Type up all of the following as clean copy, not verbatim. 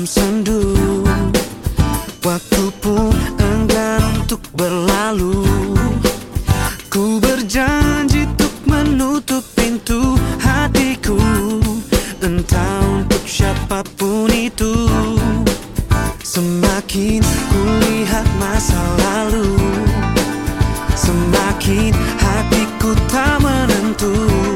dalam sendu. Waktu pun enggan untuk berlalu. Ku berjanji untuk menutup pintu hatiku, entah untuk siapapun itu. Semakin kulihat masa lalu, semakin hatiku tak menentu.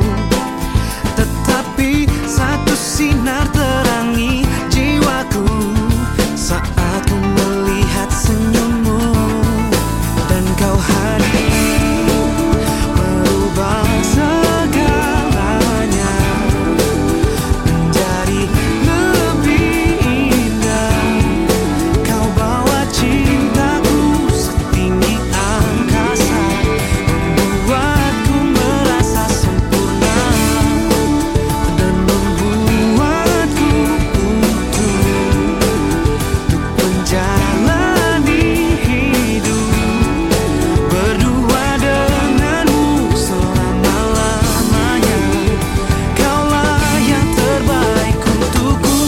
Tetapi satu sinar terangi jiwaku saat ku melihat senyummu. Dan kau hadir merubah segalanya menjadi lebih indah. Kau bawa cintaku setinggi angkasa, membuatku merasa sempurna dan membuatku utuh untuk menjalani hidup berdua denganmu selama-lamanya. Kaulah yang terbaik untukku.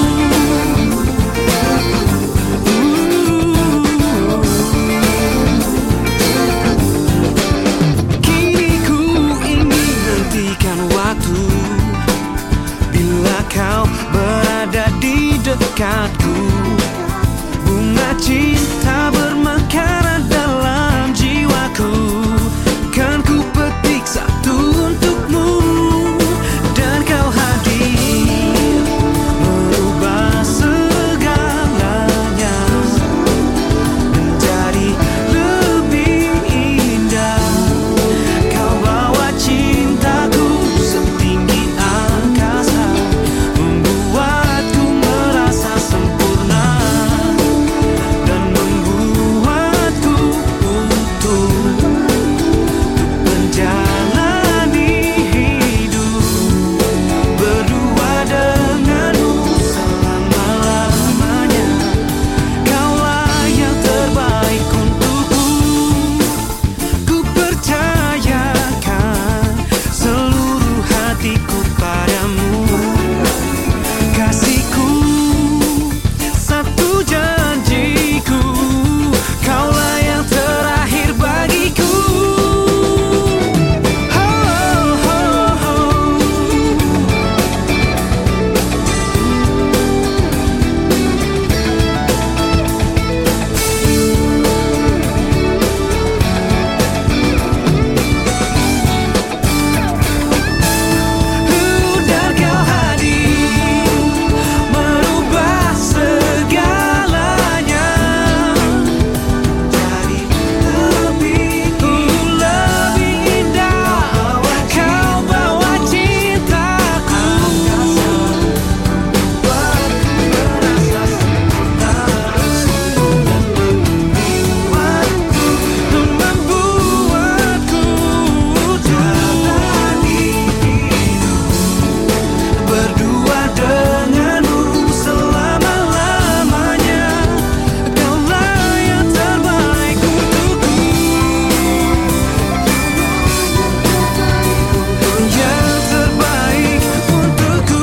Kini ku ingin hentikan waktu bila kau berada di dekatku. Bunga cinta bermekaran dalam jiwaku, kan ku petik satu untukmu. Dan kau hadir merubah segalanya menjadi lebih indah. Kau bawa cintaku setinggi angkasa, membuatku merasa sempurna dan membuatku utuh untuk menjalani hidup berdua denganmu selama-lamanya. Kaulah yang terbaik untukku. Ku percayakan seluruh hatiku padamu. Kasihku, satu janjiku, kaulah yang terakhir bagiku. Oh, oh, oh. Dan kau hadir merubah segalanya jadi lebih indah. Kau bawa cintaku membuatku merasa sempurna dan membuatku jalani hidup berdua denganmu selama-lamanya. Kaulah yang terbaik untukku, yang terbaik untukku.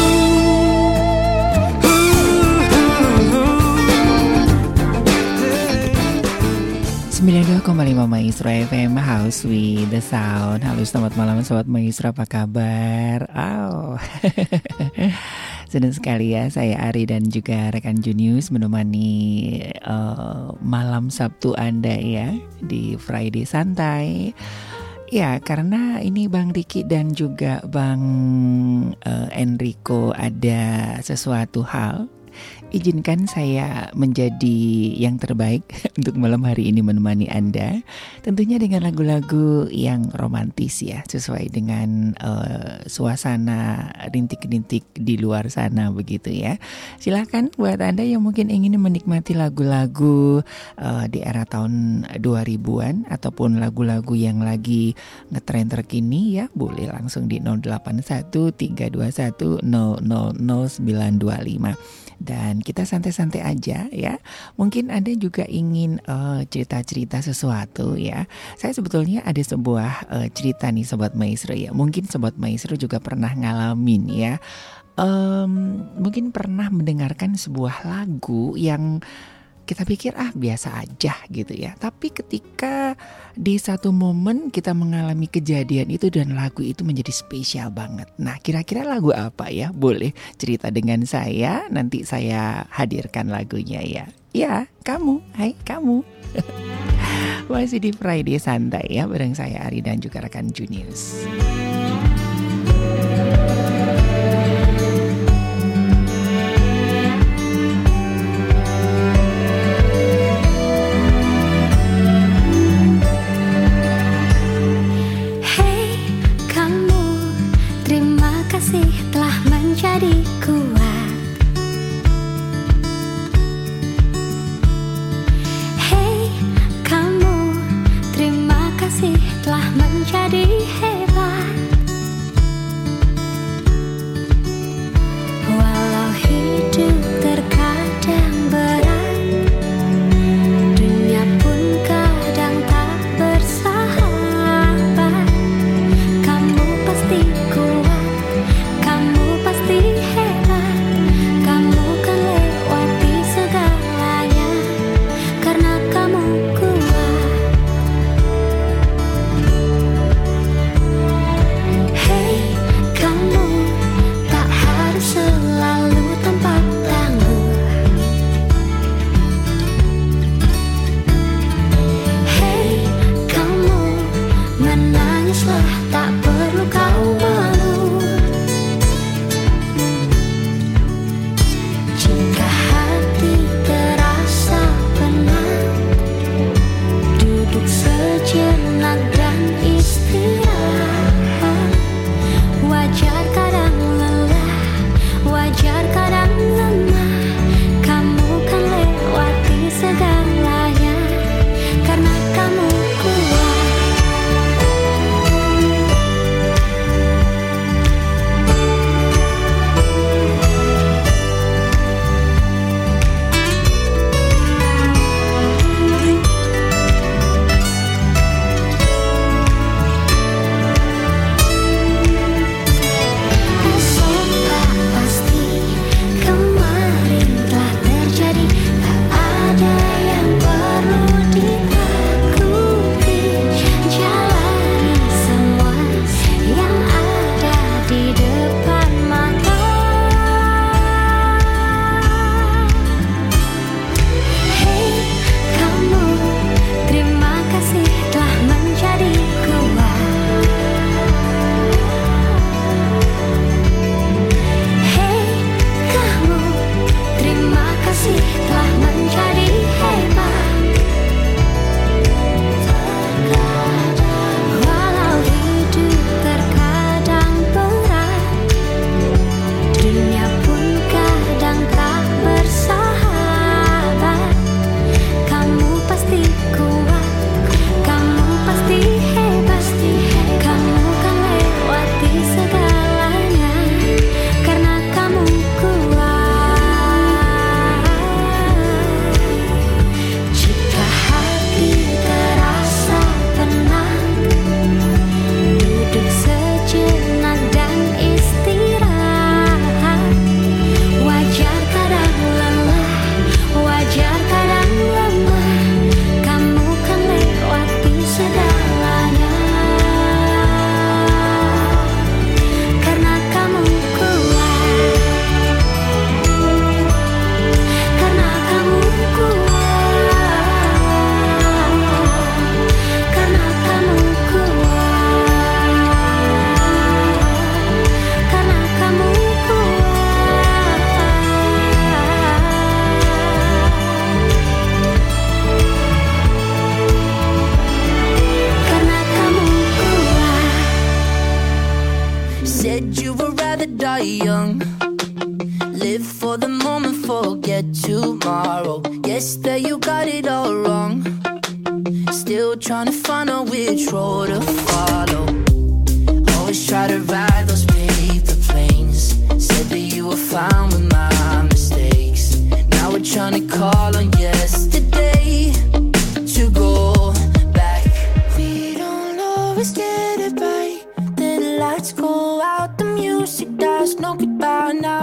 92,5 Maestro FM, House with the Sound. Halo, selamat malam Sobat Maestro, apa kabar? Senang sekali ya, saya Ari dan juga rekan Junius menemani malam Sabtu Anda ya, di Friday Santai. Ya, karena ini Bang Riki dan juga Bang Enrico ada sesuatu hal, izinkan saya menjadi yang terbaik untuk malam hari ini menemani Anda. Tentunya dengan lagu-lagu yang romantis ya, sesuai dengan suasana rintik-rintik di luar sana begitu ya. Silakan buat Anda yang mungkin ingin menikmati lagu-lagu di era tahun 2000-an ataupun lagu-lagu yang lagi ngetren terkini ya, boleh langsung di 081321000925. Dan kita santai-santai aja ya. Mungkin Anda juga ingin cerita-cerita sesuatu ya. Saya sebetulnya ada sebuah cerita nih Sobat Maestro ya. Mungkin Sobat Maestro juga pernah ngalamin ya. Mungkin pernah mendengarkan sebuah lagu yang kita pikir biasa aja gitu ya. Tapi ketika di satu momen kita mengalami kejadian itu dan lagu itu menjadi spesial banget. Nah, kira-kira lagu apa ya? Boleh cerita dengan saya, nanti saya hadirkan lagunya ya. Ya, kamu, hai kamu. Masih di Friday Santai ya, bareng saya Ari dan juga rekan Junius. Telah menjadi kuat. Hei kamu, terima kasih telah menjadi hebat. Walau hidup terkadang berat, dunia pun kadang tak bersahabat, kamu pasti kuat. Kamu pasti hebat, kamu kan lewati segalanya, karena kamu kuat. Hei kamu, tak harus selalu tampak tangguh. Hei kamu, menangislah, tak perlu kau malu. Jika hati terasa penat, duduk sejenak dan istirahat. Wajar kadang lelah, wajar kadang lemah, kamu kan lewati segalanya, karena kamu kuat. Esok tak pasti, kemarin telah terjadi, tak ada yang perlu ditakuti. Jalani semua yang ada di depan mata. Hei kamu, terima kasih telah menjadi kuat. Hei kamu, terima kasih telah menjadi hebat. Walau hidup terkadang berat, dunia pun kadang tak bersahabat, kamu pasti kuat, kamu pasti hebat, kamu kan lewati segalanya, karena kamu kuat. Jika hati terasa penat, duduk sejenak dan istirahat. Wajar kadang lelah, wajar kadang lemah, kamu kan lewati segalanya, karena kamu kuat. Karena kamu kuat, karena kamu kuat, karena kamu kuat, karena kamu kuat. Said you would rather die young, live for the moment, forget tomorrow. Guess that you got it all wrong, still trying to find out which road to follow. Always try to ride those paper planes, said that you were fine with my mistakes. Now we're trying to call on yesterday to go back. We don't always get it right, then the lights go out, the music dies, no goodbye now.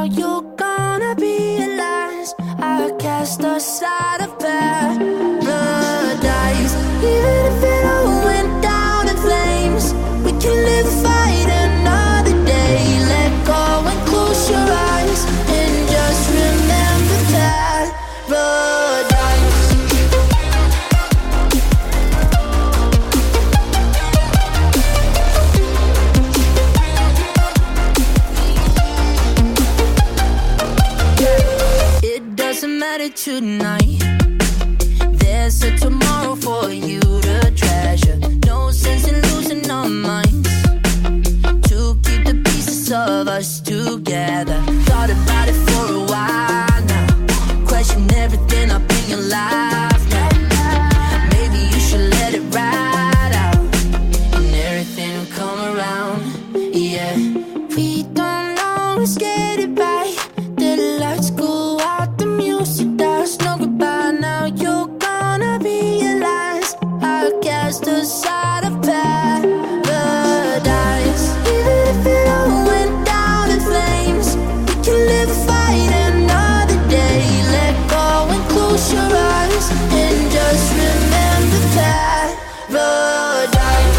tonight. There's a tomorrow for you to treasure. No sense in losing our minds. To keep the pieces of us together. Thought about it for a while now. Question everything up in your life now. Maybe you should let it ride out, and everything will come around. Yeah, we don't always get it right. The lights go out, the music dies. No goodbye now, you're gonna realize I cast aside of paradise. Even if it all went down in flames, we can live a fight another day. Let go and close your eyes and just remember paradise.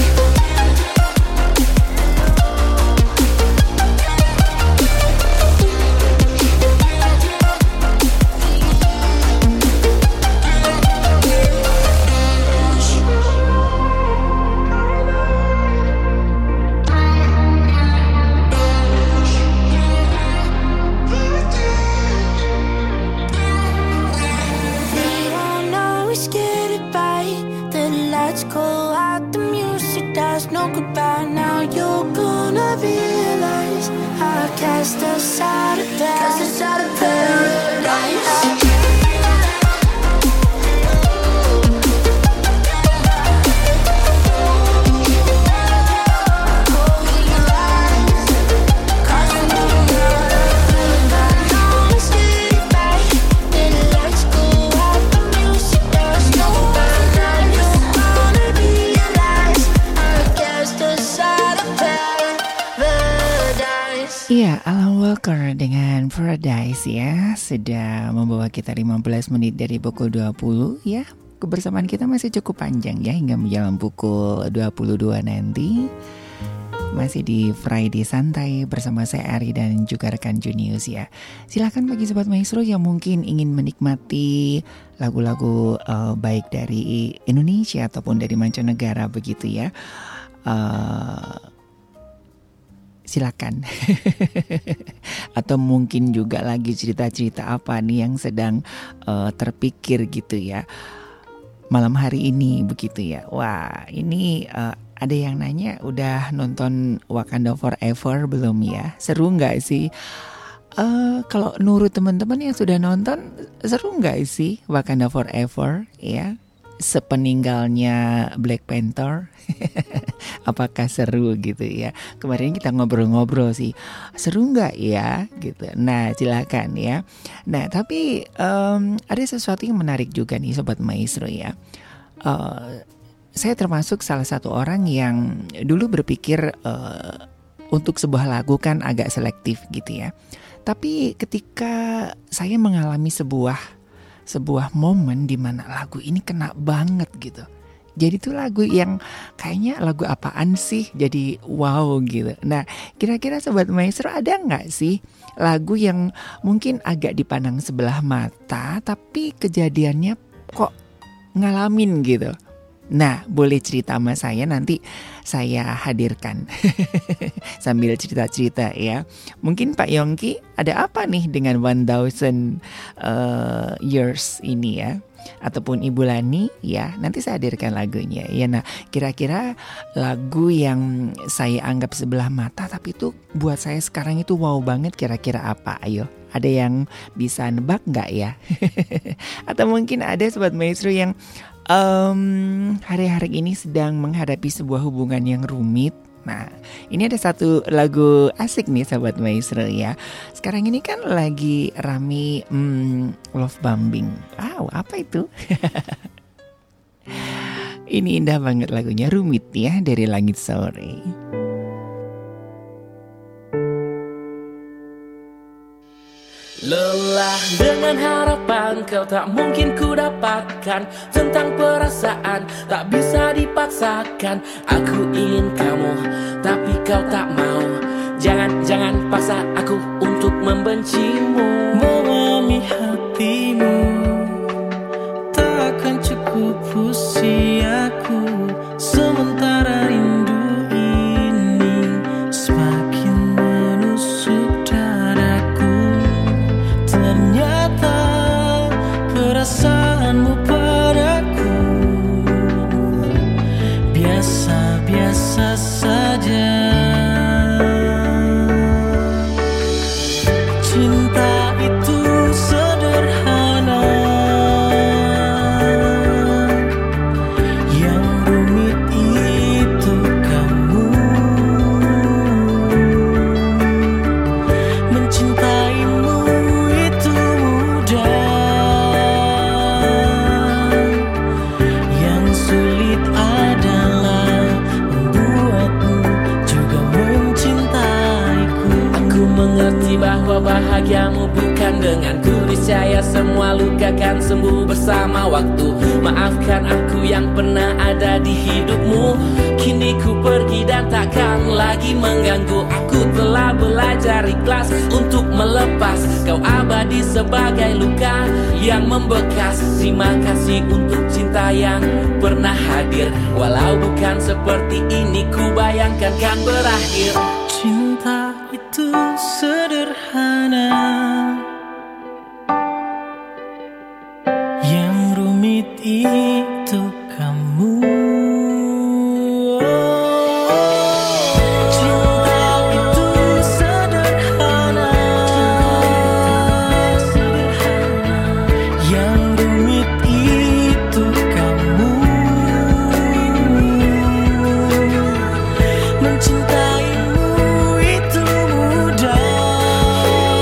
We don't always get it right. The lights go out, the music dies. No goodbye now, you're gonna realize I cast aside of paradise. Iya, Alan Walker dengan Paradise ya, sudah membawa kita 15 menit dari pukul 20 ya. Kebersamaan kita masih cukup panjang ya, hingga menjelang pukul 22 nanti. Masih di Friday Santai bersama saya Ari dan juga rekan Junius ya. Silakan bagi Sobat Maestro yang mungkin ingin menikmati lagu-lagu baik dari Indonesia ataupun dari mancanegara begitu ya. Silakan. Atau mungkin juga lagi cerita-cerita apa nih yang sedang terpikir gitu ya malam hari ini begitu ya. Wah, ini ada yang nanya udah nonton Wakanda Forever belum ya? Seru nggak sih? Kalau nurut teman-teman yang sudah nonton, seru nggak sih Wakanda Forever ya? Sepeninggalnya Black Panther. Apakah seru gitu ya? Kemarin kita ngobrol-ngobrol sih, seru nggak ya gitu. Nah silakan ya. Nah tapi ada sesuatu yang menarik juga nih Sobat Maestro ya. Saya termasuk salah satu orang yang dulu berpikir untuk sebuah lagu kan agak selektif gitu ya. Tapi ketika saya mengalami sebuah momen di mana lagu ini kena banget gitu. Jadi itu lagu yang kayaknya lagu apaan sih? Jadi wow gitu. Nah kira-kira Sobat Maestro ada nggak sih lagu yang mungkin agak dipandang sebelah mata tapi kejadiannya kok ngalamin gitu? Nah boleh cerita sama saya, nanti saya hadirkan sambil cerita-cerita ya. Mungkin Pak Yongki ada apa nih dengan 1000 Years ini ya, ataupun Ibu Lani ya, nanti saya hadirkan lagunya ya. Nah kira-kira lagu yang saya anggap sebelah mata tapi itu buat saya sekarang itu wow banget, kira-kira apa? Ayo, ada yang bisa nebak nggak ya? Atau mungkin ada Sobat Maestro yang hari-hari ini sedang menghadapi sebuah hubungan yang rumit. Nah ini ada satu lagu asik nih Sobat Maestro ya. Sekarang ini kan lagi rame love bombing. Apa itu? Ini indah banget lagunya, Rumit ya, dari Langit Sore. Lelah dengan harapan kau tak mungkin ku dapatkan. Tentang perasaan tak bisa dipaksakan. Aku ingin kamu tapi kau tak mau. Jangan paksa aku untuk membencimu. Memahami hatimu takkan cukup usiaku. Sementara rindu ini semakin menusuk dadaku. Ternyata bahwa bahagiamu bukan denganku. Niscaya semua luka kan sembuh bersama waktu. Maafkan aku yang pernah ada di hidupmu. Kini ku pergi dan takkan lagi mengganggu. Aku telah belajar ikhlas untuk melepas. Kau abadi sebagai luka yang membekas. Terima kasih untuk cinta yang pernah hadir. Walau bukan seperti ini ku bayangkan kan berakhir. Cinta itu sederhana, yang rumit itu kamu. Cinta itu sederhana, yang rumit itu kamu. Mencintaimu itu mudah,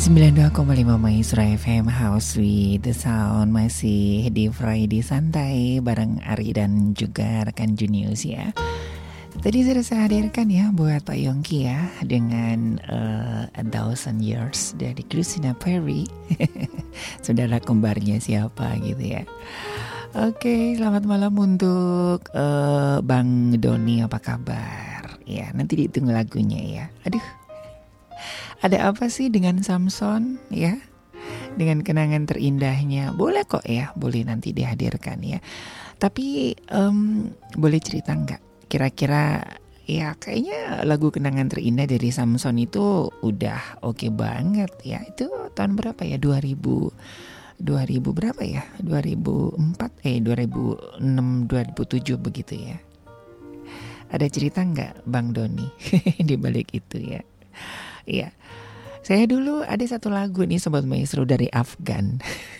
92,5 Maestro FM House with the Sound. Masih di Friday Santai bareng Ari dan juga rekan Junius ya. Tadi saya hadirkan ya buat Pak Yongki ya dengan A Thousand Years dari Christina Perri. Saudara kembarnya siapa gitu ya. Oke, selamat malam untuk Bang Doni, apa kabar? Ya, nanti dihitung lagunya ya. Aduh, ada apa sih dengan Samson ya? Dengan kenangan terindahnya. Boleh kok ya, boleh nanti dihadirkan ya. Tapi boleh cerita nggak? Kira-kira ya kayaknya lagu kenangan terindah dari Samson itu udah oke banget ya. Itu tahun berapa ya? 2000 berapa ya? 2006, 2007 begitu ya. Ada cerita nggak Bang Doni di balik itu ya? Iya. Saya dulu ada satu lagu nih Sobat Maestro dari Afgan.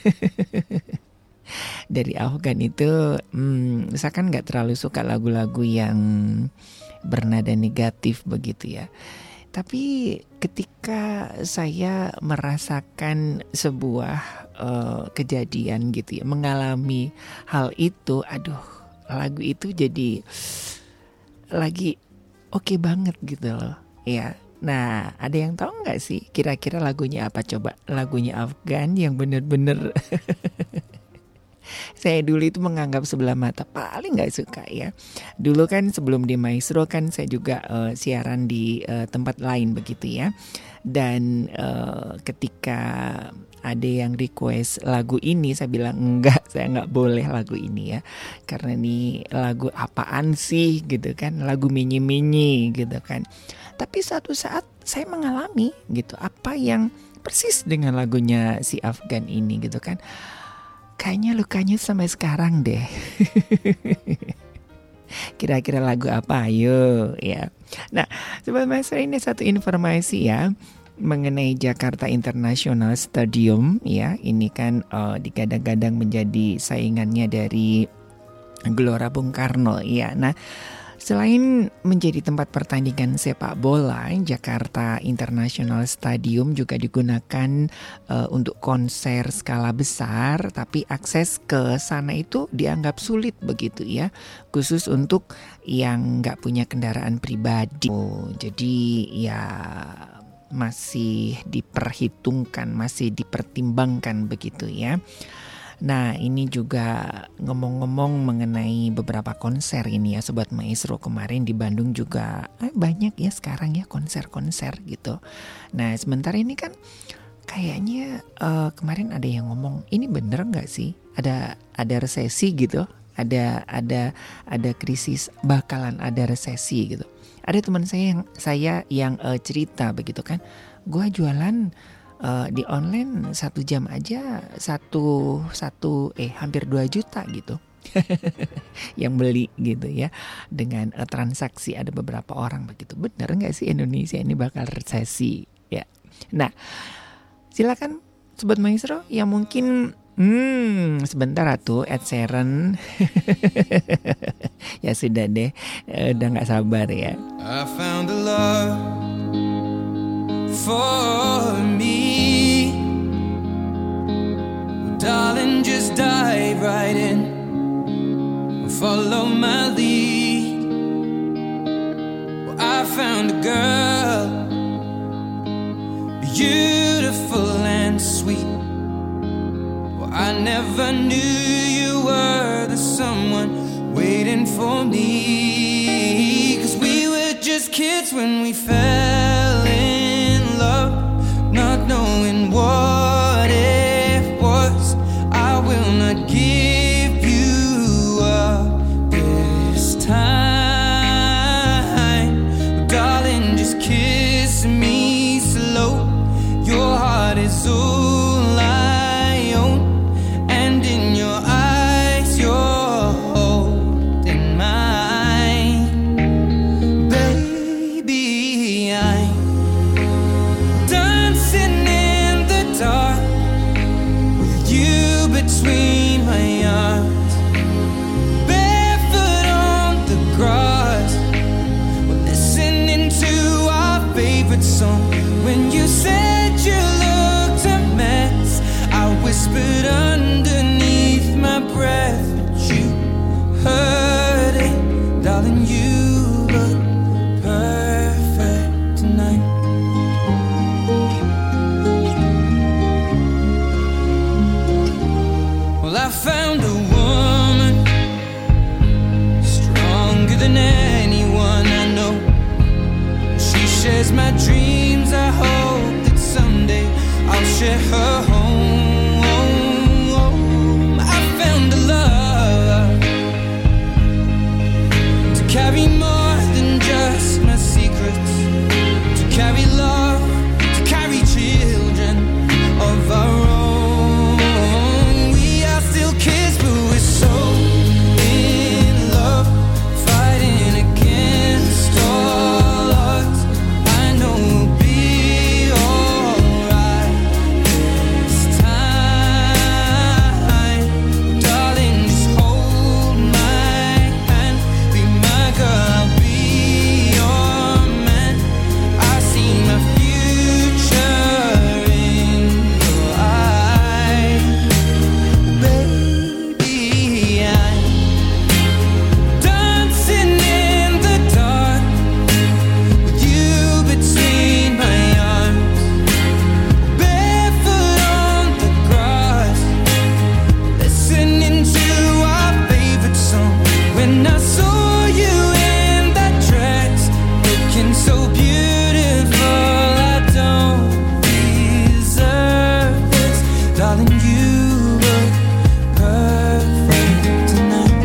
Dari Afgan itu saya kan gak terlalu suka lagu-lagu yang bernada negatif begitu ya. Tapi ketika saya merasakan sebuah kejadian gitu ya, mengalami hal itu, aduh, lagu itu jadi lagi oke banget gitu loh ya. Nah, ada yang tahu nggak sih kira-kira lagunya apa? Coba lagunya Afgan yang bener-bener saya dulu itu menganggap sebelah mata, paling nggak suka ya. Dulu kan sebelum di Maestro kan saya juga siaran di tempat lain begitu ya. Dan ketika ada yang request lagu ini, saya bilang enggak, saya nggak boleh lagu ini ya. Karena ini lagu apaan sih gitu kan, lagu minyi-minyi gitu kan. Tapi suatu saat saya mengalami gitu apa yang persis dengan lagunya si Afgan ini gitu kan. Kayaknya lukanya sampai sekarang deh. Kira-kira lagu apa? Ayo ya. Nah, Sobat Maestro, ini satu informasi ya mengenai Jakarta International Stadium ya. Ini kan digadang-gadang menjadi saingannya dari Gelora Bung Karno ya. Nah, selain menjadi tempat pertandingan sepak bola, Jakarta International Stadium juga digunakan untuk konser skala besar, tapi akses ke sana itu dianggap sulit begitu ya, khusus untuk yang nggak punya kendaraan pribadi. Jadi ya masih diperhitungkan, masih dipertimbangkan begitu ya. Nah, ini juga ngomong-ngomong mengenai beberapa konser ini ya Sobat Maestro. Kemarin di Bandung juga banyak ya sekarang ya konser-konser gitu. Nah, sementara ini kan kayaknya kemarin ada yang ngomong, ini bener gak sih ada resesi gitu, ada krisis, bakalan ada resesi gitu. Ada teman saya yang cerita begitu kan, gua jualan di online 1 jam aja hampir 2 juta gitu yang beli gitu ya, dengan transaksi ada beberapa orang begitu. Bener nggak sih Indonesia ini bakal resesi ya? Nah, silakan Sobat Maestro yang mungkin sebentar atuh Ed Sheeran ya sudah deh, udah nggak sabar ya. I found the love for me, darling, just dive right in, follow my lead. Well, I found a girl, beautiful and sweet. Well, I never knew you were the someone waiting for me, 'cause we were just kids when we fell in love, not knowing what it was. I will not give you up this time, but darling, just kiss me slow. Your heart is all I own, and in your eyes you're holding mine. Baby, I'm dancing in the dark with you between my arms, barefoot on the grass. We're listening to our favorite song. When you said you loved shares my dreams. I hope that someday I'll share her home. I found a love to carry more than just my secrets, to carry love, to carry children of our own. We are still kids, but we're so in love, fighting against all odds. I know we'll be alright this time. Darling, just hold my hand, be my girl, I'll be your man. I see my future in your eyes. Baby, I'm dancing in the dark with you between my arms, barefoot on the grass, listening to our favorite song. When I saw you in that dress, looking so beautiful, I don't deserve this. Darling, you look perfect tonight.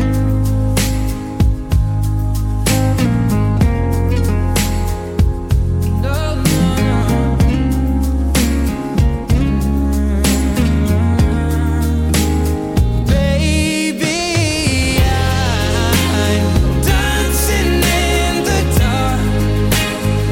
No, no, no. Baby, I'm dancing in the dark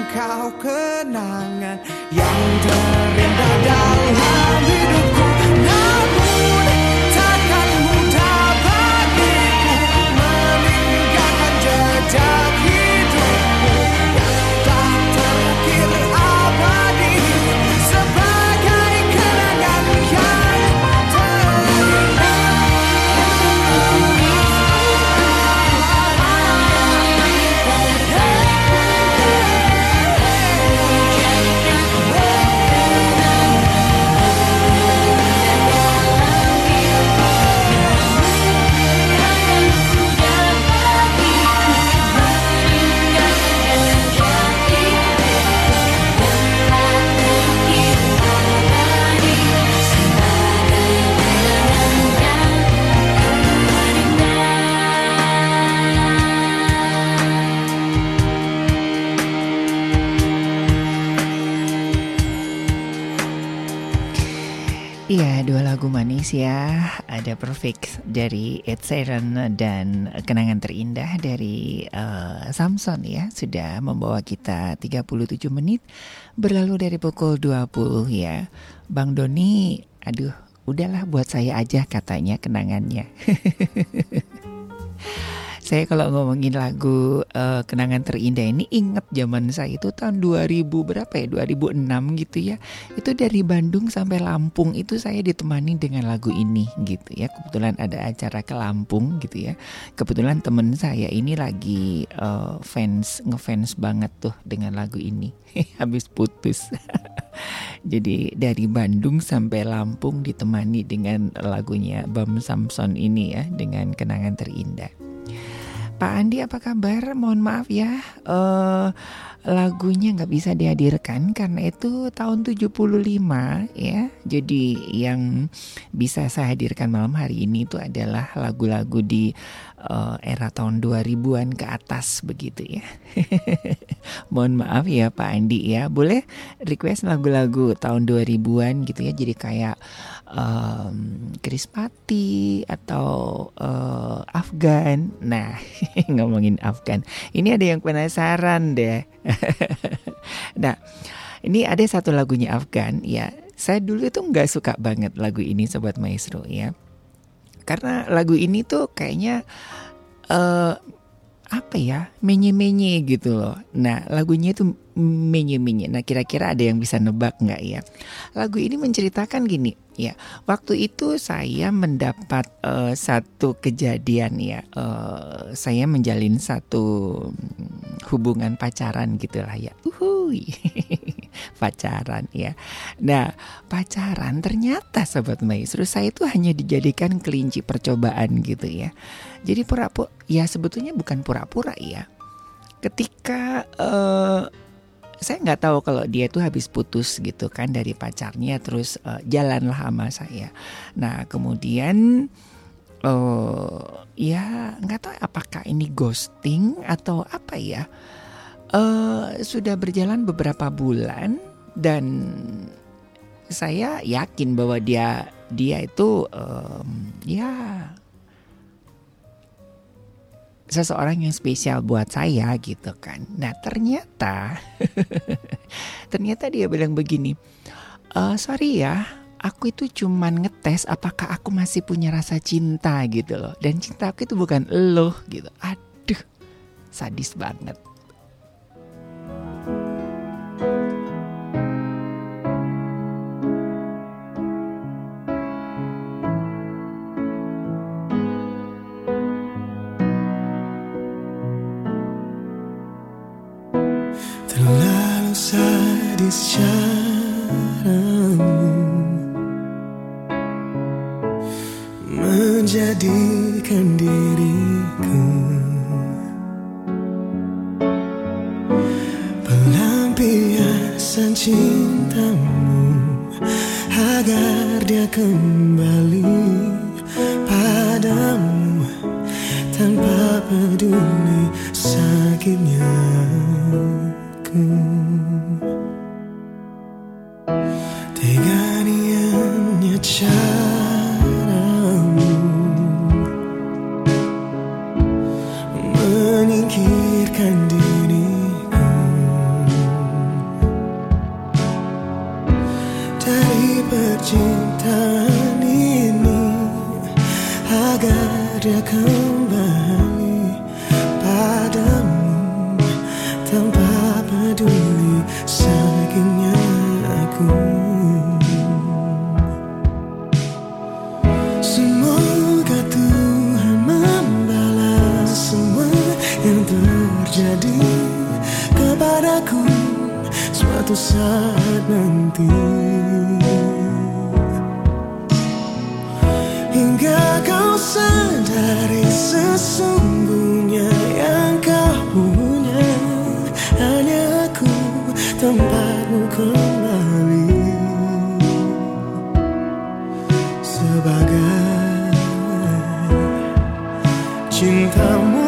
engkau kenangan yang terindah dalam hidupku. Namun takkan mudah bagiku meninggalkan jejak hidupmu yang tak terkira abadi sebagai kenangan yang terindah. Iya, dua lagu manis ya. Ada Perfect dari Ed Sheeran dan Kenangan Terindah dari Samson ya. Sudah membawa kita 37 menit berlalu dari pukul 20 ya. Bang Doni, aduh, udahlah buat saya aja katanya kenangannya. Saya kalau ngomongin lagu Kenangan Terindah ini ingat zaman saya itu tahun 2000 berapa ya, 2006 gitu ya. Itu dari Bandung sampai Lampung itu saya ditemani dengan lagu ini gitu ya. Kebetulan ada acara ke Lampung gitu ya. Kebetulan temen saya ini lagi ngefans banget tuh dengan lagu ini. Habis putus. Jadi dari Bandung sampai Lampung ditemani dengan lagunya Bam Samson ini ya, dengan Kenangan Terindah. Pak Andi apa kabar? Mohon maaf ya, lagunya gak bisa dihadirkan karena itu tahun 75 ya. Jadi yang bisa saya hadirkan malam hari ini itu adalah lagu-lagu di era tahun 2000-an ke atas begitu ya. Mohon maaf ya Pak Andi ya. Boleh request lagu-lagu tahun 2000-an gitu ya. Jadi kayak Krispati atau Afgan. Nah, ngomongin Afgan, ini ada yang penasaran deh. Nah, ini ada satu lagunya Afgan ya. Saya dulu itu nggak suka banget lagu ini Sobat Maestro ya, karena lagu ini tuh kayaknya apa ya, menye-menye gitu loh. Nah, lagunya itu menye-menye. Nah, kira-kira ada yang bisa nebak nggak ya? Lagu ini menceritakan gini ya. Waktu itu saya mendapat satu kejadian ya. Saya menjalin satu hubungan pacaran gitulah ya. Pacaran ya. Nah, pacaran ternyata Sobat Maestro saya itu hanya dijadikan kelinci percobaan gitu ya. Jadi pura-pura, ya sebetulnya bukan pura-pura ya. Ketika saya nggak tahu kalau dia tuh habis putus gitu kan dari pacarnya, terus jalanlah sama saya. Nah kemudian ya nggak tahu apakah ini ghosting atau apa ya. Sudah berjalan beberapa bulan dan saya yakin bahwa dia itu ya seseorang yang spesial buat saya gitu kan. Nah ternyata dia bilang begini, sorry ya, aku itu cuman ngetes apakah aku masih punya rasa cinta gitu loh. Dan cinta aku itu bukan lo gitu. Aduh, sadis banget. Terlalu sadis caramu menjadikan diriku pelampiasan cintamu agar dia kembali padamu tanpa peduli sakitnya. Teganiannya caramu menyingkirkan diriku percintaan ini agar dia kembali padamu tanpa peduli sakitnya aku. Semoga Tuhan membalas semua yang terjadi kepadaku suatu saat nanti, hingga kau sadari sesungguhnya yang kau punya hanya aku, tempatmu kembali sebagai cintamu.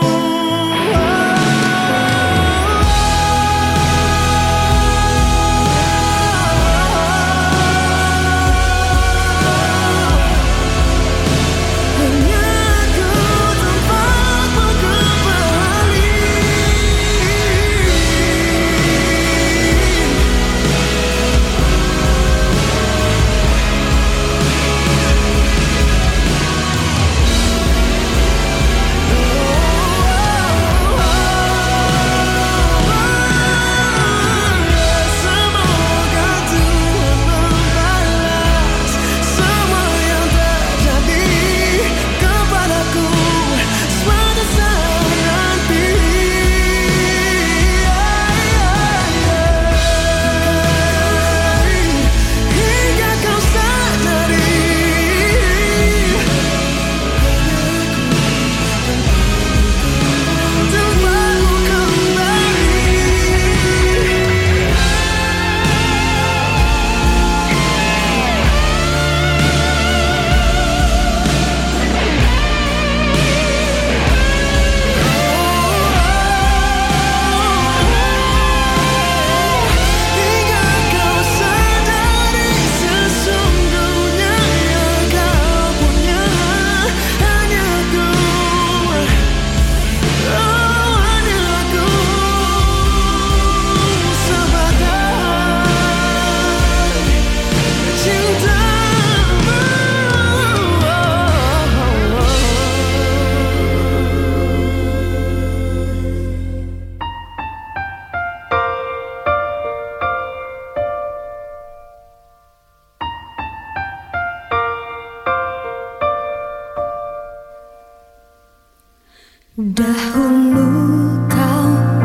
Dahulu kau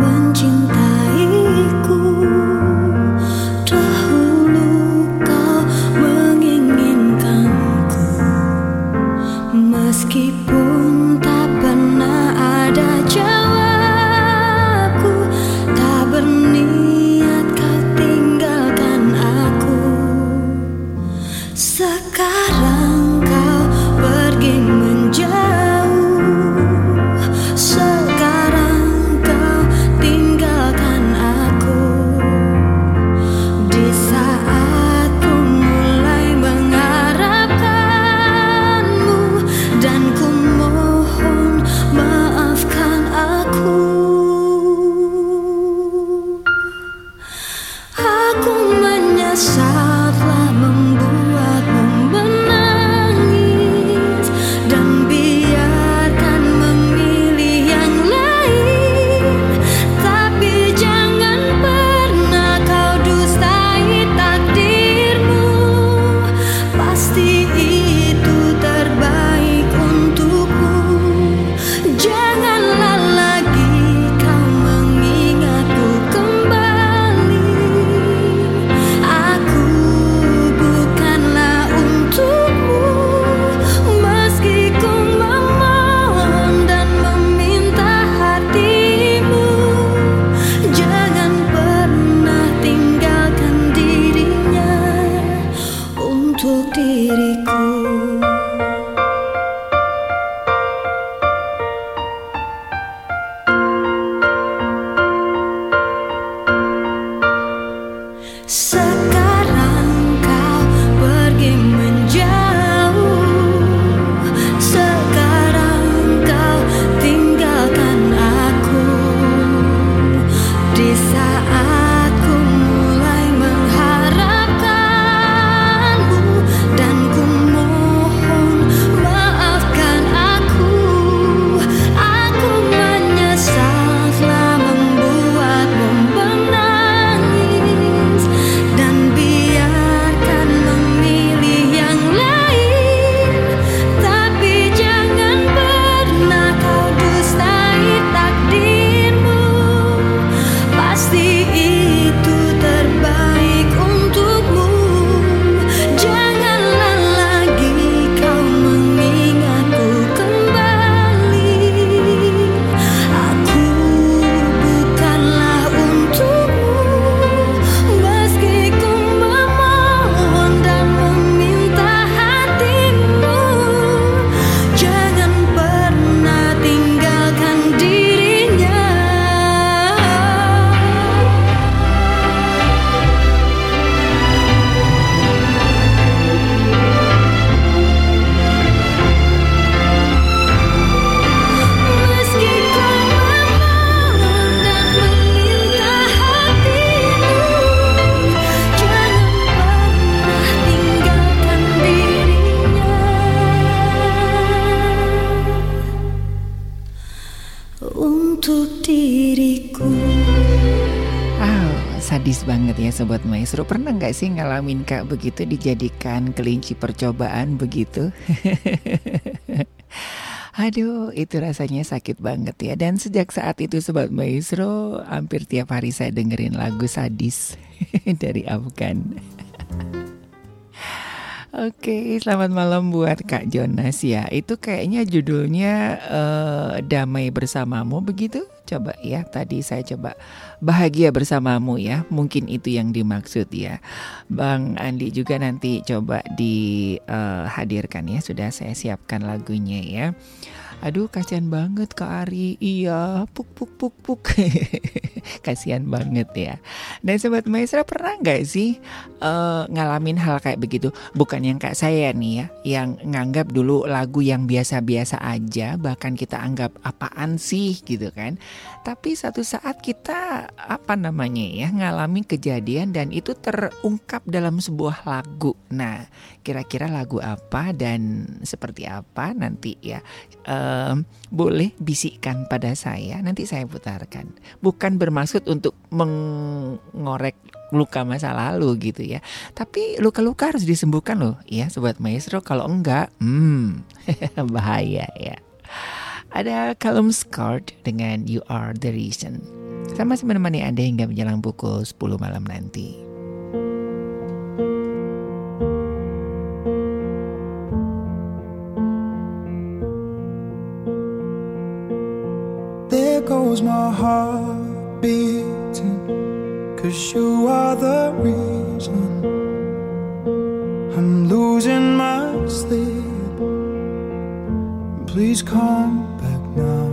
mencintaiku, dahulu kau menginginkanku, meskipun tak pernah ada jawabku, tak berniat kau tinggalkan aku. Sekarang kau pergi menjauh, sekarang kau tinggalkan aku. Di saat ku mulai mengharapkanmu, dan ku mohon maafkan aku. Aku menyesal telah membuatmu menangis, dan biarkan memilih yang lain. Tapi jangan pernah kau dustai takdirmu, pasti itu terbaik untukmu. Janganlah lagi kau mengingatku kembali. Aku bukanlah untukmu, meski ku memohon dan meminta hatimu. Jangan pernah tinggalkan dirinya untuk diriku. Sekarang kau pergi menjauh, sekarang kau tinggalkan aku. Di saat ku mulai mengharapkanmu, sadis banget ya Sobat Maestro. Pernah gak sih ngalamin Kak begitu, dijadikan kelinci percobaan begitu? Aduh, itu rasanya sakit banget ya. Dan sejak saat itu Sobat Maestro, hampir tiap hari saya dengerin lagu sadis dari Afgan. Oke, selamat malam buat Kak Jonas ya. Itu kayaknya judulnya Damai Bersamamu begitu. Coba ya, tadi saya coba Bahagia Bersamamu ya. Mungkin itu yang dimaksud ya. Bang Andi juga nanti coba dihadirkan ya. Sudah saya siapkan lagunya ya. Aduh, kasihan banget Kak Ari. Iya, puk. Kasihan banget ya. Dan Sobat Maestro, pernah gak sih ngalamin hal kayak begitu? Bukan yang kayak saya nih ya, yang nganggap dulu lagu yang biasa-biasa aja, bahkan kita anggap apaan sih gitu kan. Tapi satu saat kita ngalamin kejadian dan itu terungkap dalam sebuah lagu. Nah, kira-kira lagu apa dan seperti apa nanti ya, boleh bisikkan pada saya, nanti saya putarkan. Bukan bermaksud untuk mengorek luka masa lalu gitu ya, tapi luka-luka harus disembuhkan loh ya Sobat Maestro. Kalau enggak bahaya ya. Ada Callum Scott dengan You Are The Reason. Sama-sama menemani Anda hingga menjelang pukul 10 malam nanti. There goes my heart beating, 'cause you are the reason I'm losing my sleep. Please come back now.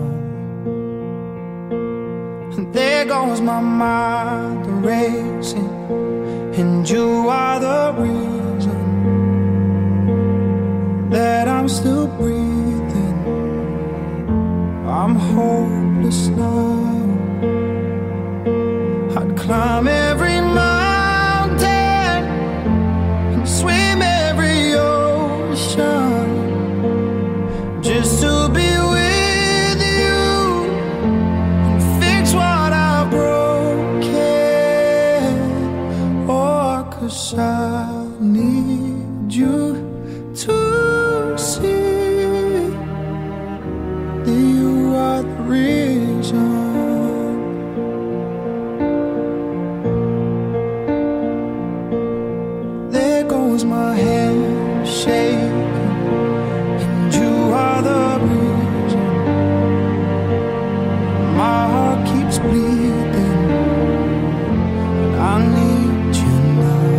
And there goes my mind racing, and you are the reason that I'm still breathing. I'm hopeless now. I'd climb every mountain and swim every ocean just to be with you and fix what I've broken. Oh, 'cause I need you to see that you are the reason. There goes my hand shaking, and you are the reason my heart keeps bleeding. But I need you now.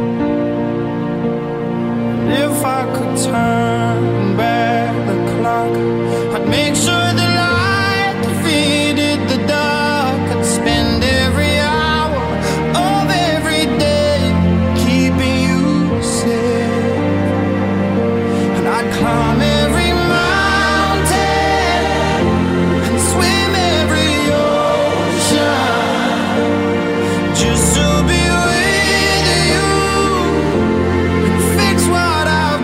And if I could turn back the clock, I'd make sure the light defeated the dark. I'd spend every hour of every day keeping you safe. And I'd climb every mountain and swim every ocean just to be with you and fix what I've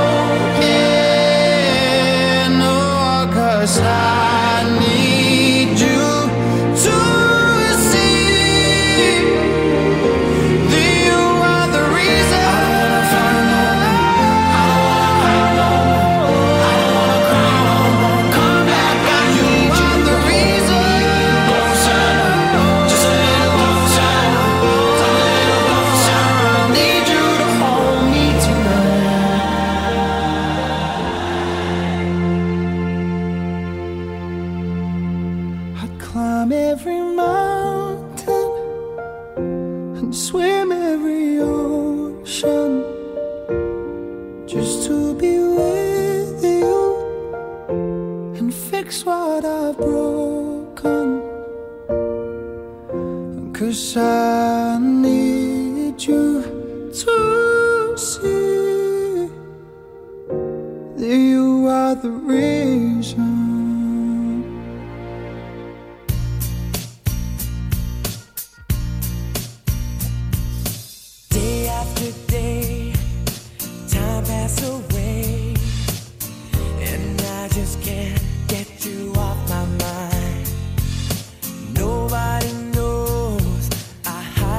broken. Oh, 'cause I need you to see that you are the reason. Come back, I need you are the reason. Just a little closer, a little closer. I need you to hold me tonight. I'd climb every mountain and swim every ocean just to be with you and fix what I've broken. 'Cause I need you to see that you are the reason. Day after day, time passes away, and I just can't get you off my mind. Nobody knows I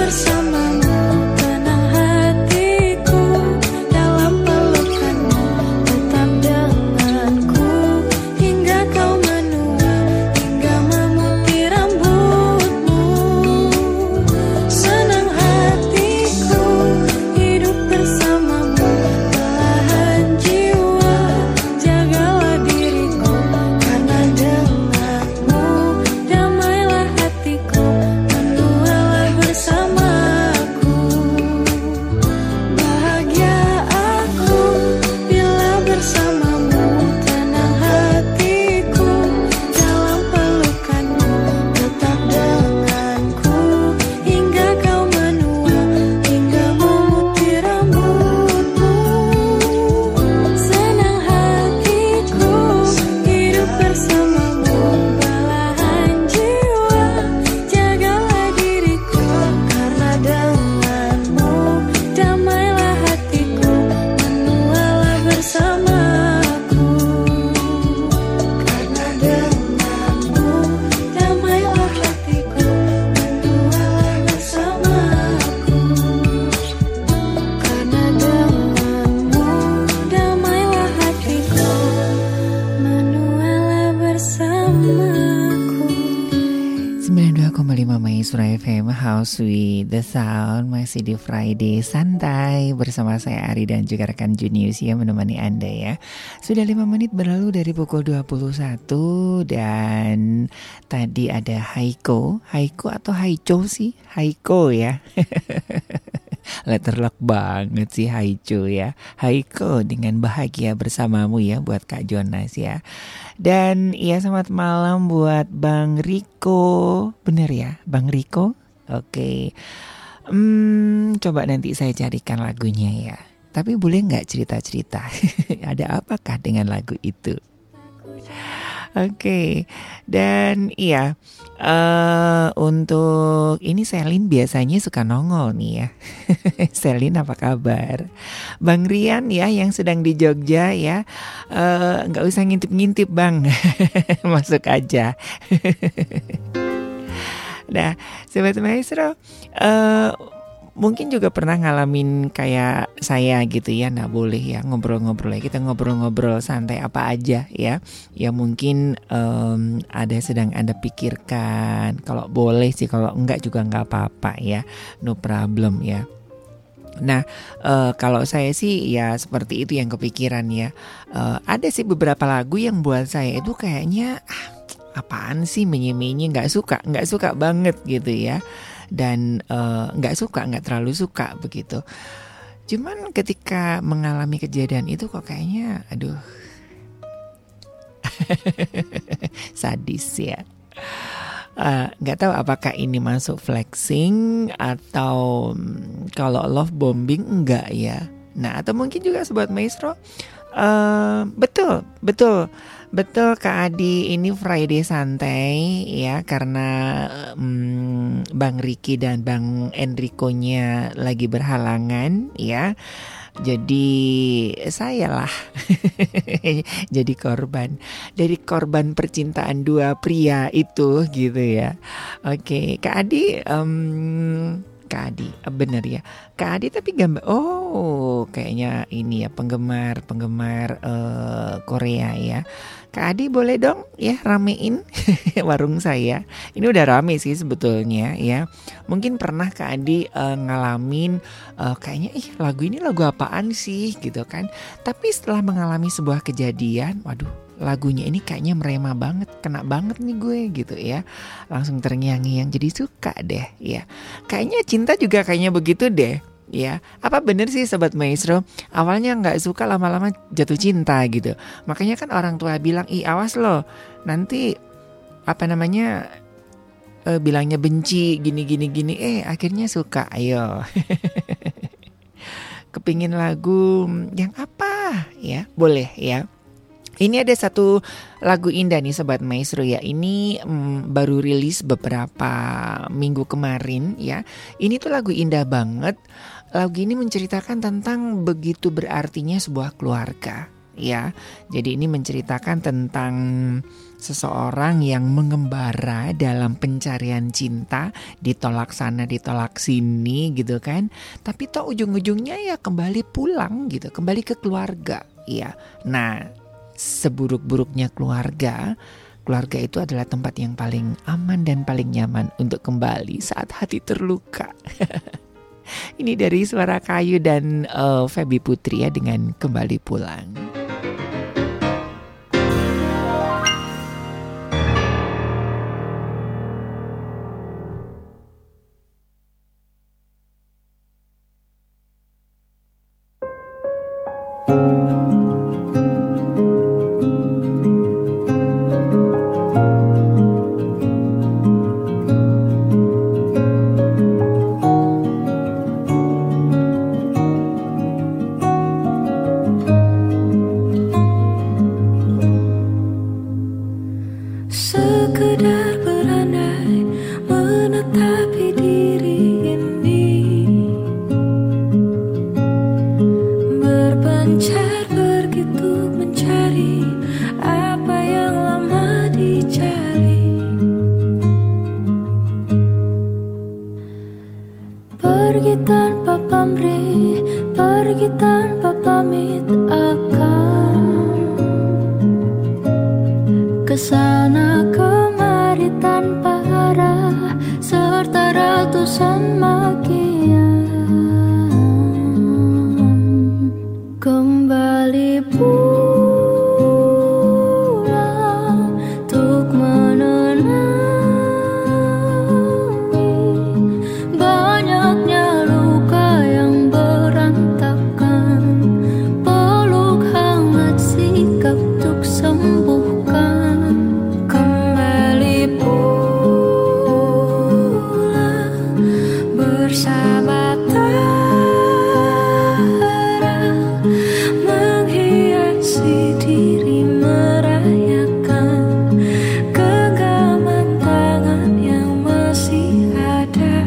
bersamamu, tenang hatiku dalam pelukanmu, tetap denganku hingga kau menua, hingga memutih rambutmu. Senang hatiku hidup bersamamu, belahan jiwa jagalah diriku, karena denganmu damailah hatiku, menualah bersamaku. Bahagia aku bila bersamamu, tenang hatiku dalam pelukanmu, tetap denganku hingga kau menua, hingga memutih rambutmu. Senang hatiku hidup bersamamu, belahan jiwa jagalah diriku, karena denganmu damailah hatiku, menualah bersamaku. Karena denganmu damailah hatiku, menualah bersamaku. Karena denganmu damailah hatiku, menualah bersamaku. 92,5 Maestro FM, House with the Sound. Masih di Friday Santai bersama saya Ari dan juga rekan Junius ya, menemani Anda ya. Sudah 5 menit berlalu dari pukul 21. Dan tadi ada Haiko atau Haico sih? Haiko ya. Letterlock banget sih Haico ya. Haiko dengan bahagia bersamamu ya buat Kak Jonas ya. Dan ya selamat malam buat Bang Riko. Bener ya Bang Riko? Oke. Coba nanti saya carikan lagunya ya. Tapi boleh gak cerita-cerita ada apakah dengan lagu itu? Oke. Dan iya, untuk ini Selin biasanya suka nongol nih ya. Selin apa kabar? Bang Rian ya yang sedang di Jogja ya, nggak usah ngintip-ngintip Bang. Masuk aja. Nah, Sobat Maestro, mungkin juga pernah ngalamin kayak saya gitu ya. Nah boleh ya ngobrol-ngobrol ya. Kita ngobrol-ngobrol santai apa aja ya. Ya mungkin ada sedang Anda pikirkan. Kalau boleh sih, kalau enggak juga enggak apa-apa ya. No problem ya. Nah kalau saya sih ya seperti itu yang kepikiran ya. Ada sih beberapa lagu yang buat saya itu kayaknya apaan sih, menye-menye, nggak suka banget gitu ya. Dan nggak terlalu suka begitu. Cuman ketika mengalami kejadian itu kok kayaknya aduh sadis ya. Nggak tahu apakah ini masuk flexing atau kalau love bombing enggak ya. Nah atau mungkin juga Sobat Maestro, betul Kak Adi, ini Friday santai ya, karena Bang Ricky dan Bang Enrico-nya lagi berhalangan ya. Jadi saya lah jadi korban dari korban percintaan dua pria itu gitu ya. Oke, Kak Adi bener ya Kak Adi, tapi gambar kayaknya ini ya penggemar Korea ya. Kak Adi boleh dong ya ramein warung saya. Ini udah rame sih sebetulnya ya. Mungkin pernah Kak Adi ngalamin kayaknya lagu ini lagu apaan sih gitu kan. Tapi setelah mengalami sebuah kejadian, waduh lagunya ini kayaknya merema banget, kena banget nih gue gitu ya. Langsung terngiang-ngiang jadi suka deh ya. Kayaknya cinta juga kayaknya begitu deh ya. Apa bener sih Sobat Maestro, awalnya gak suka, lama-lama jatuh cinta gitu. Makanya kan orang tua bilang, awas loh nanti bilangnya benci gini akhirnya suka. Ayo kepingin lagu yang apa ya, boleh ya. Ini ada satu lagu indah nih Sobat Maestro ya. Ini baru rilis beberapa minggu kemarin ya. Ini tuh lagu indah banget. Lagu ini menceritakan tentang begitu berartinya sebuah keluarga ya. Jadi ini menceritakan tentang seseorang yang mengembara dalam pencarian cinta, ditolak sana ditolak sini gitu kan. Tapi toh ujung-ujungnya ya kembali pulang gitu, kembali ke keluarga ya. Nah, seburuk-buruknya keluarga itu adalah tempat yang paling aman dan paling nyaman untuk kembali saat hati terluka. Ini dari Suara Kayu dan Feby Putri ya dengan Kembali Pulang. Sekedar berandai menetapi diri ini, berpencar begitu mencari apa yang lama dicari. Pergi tanpa pamrih, pergi tanpa pamit akan kesana kemari tanpa arah serta ratusan makian. Kembali pulang untuk menenangi banyaknya luka yang berantakan. Peluk hangat sikap untuk sembuhkan. Kembali pulang bersama Tara, menghiasi diri merayakan genggaman tangan yang masih ada.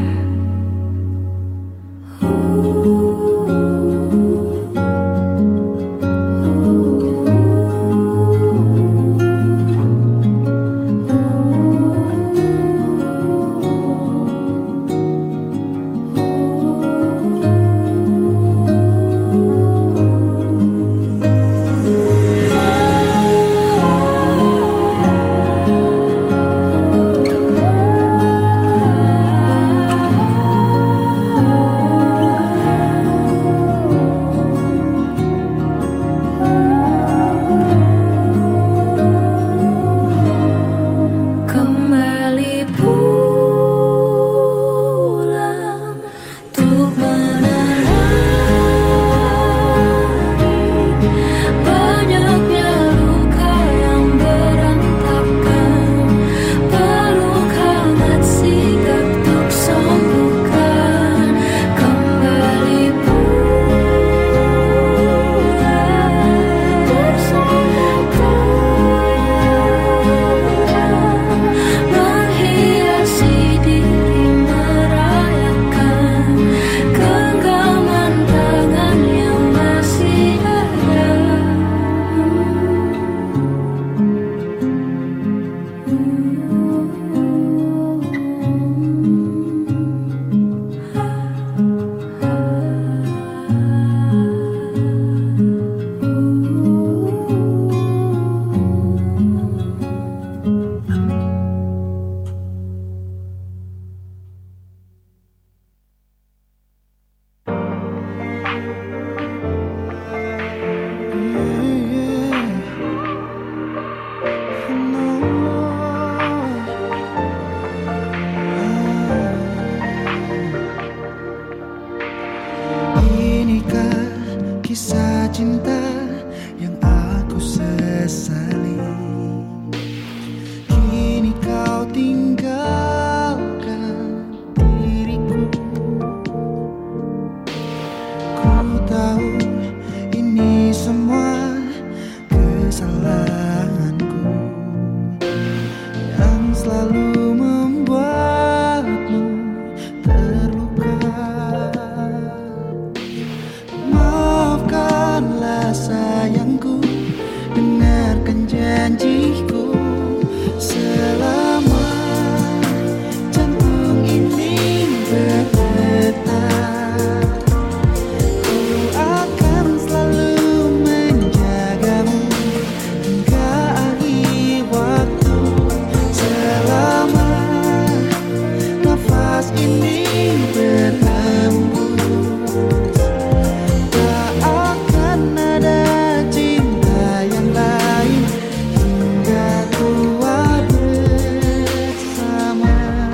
janjiku selama jantung ini berdetak. Ku akan selalu menjagamu hingga akhir waktu. Selama nafas ini berhembus, tak akan ada cinta yang lain hingga tua bersama.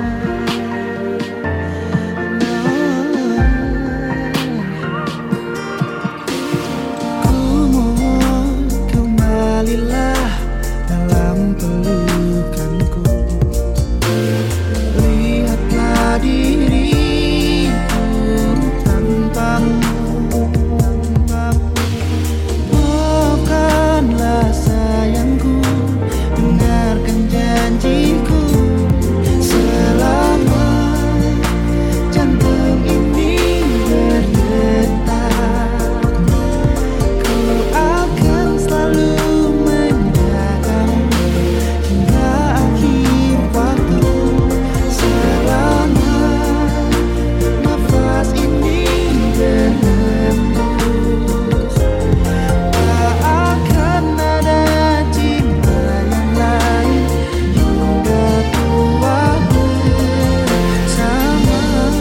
Ku mohon kembalilah dalam pelukanku. Lihatlah diriku tanpamu. Maafkanlah sayangku, dengarkan janjiku. Selama jantung ini berdetak, ku akan selalu menjagamu hingga akhir waktu. Selama nafas ini berhembus, tak akan ada cinta yang lain hingga tua bersama.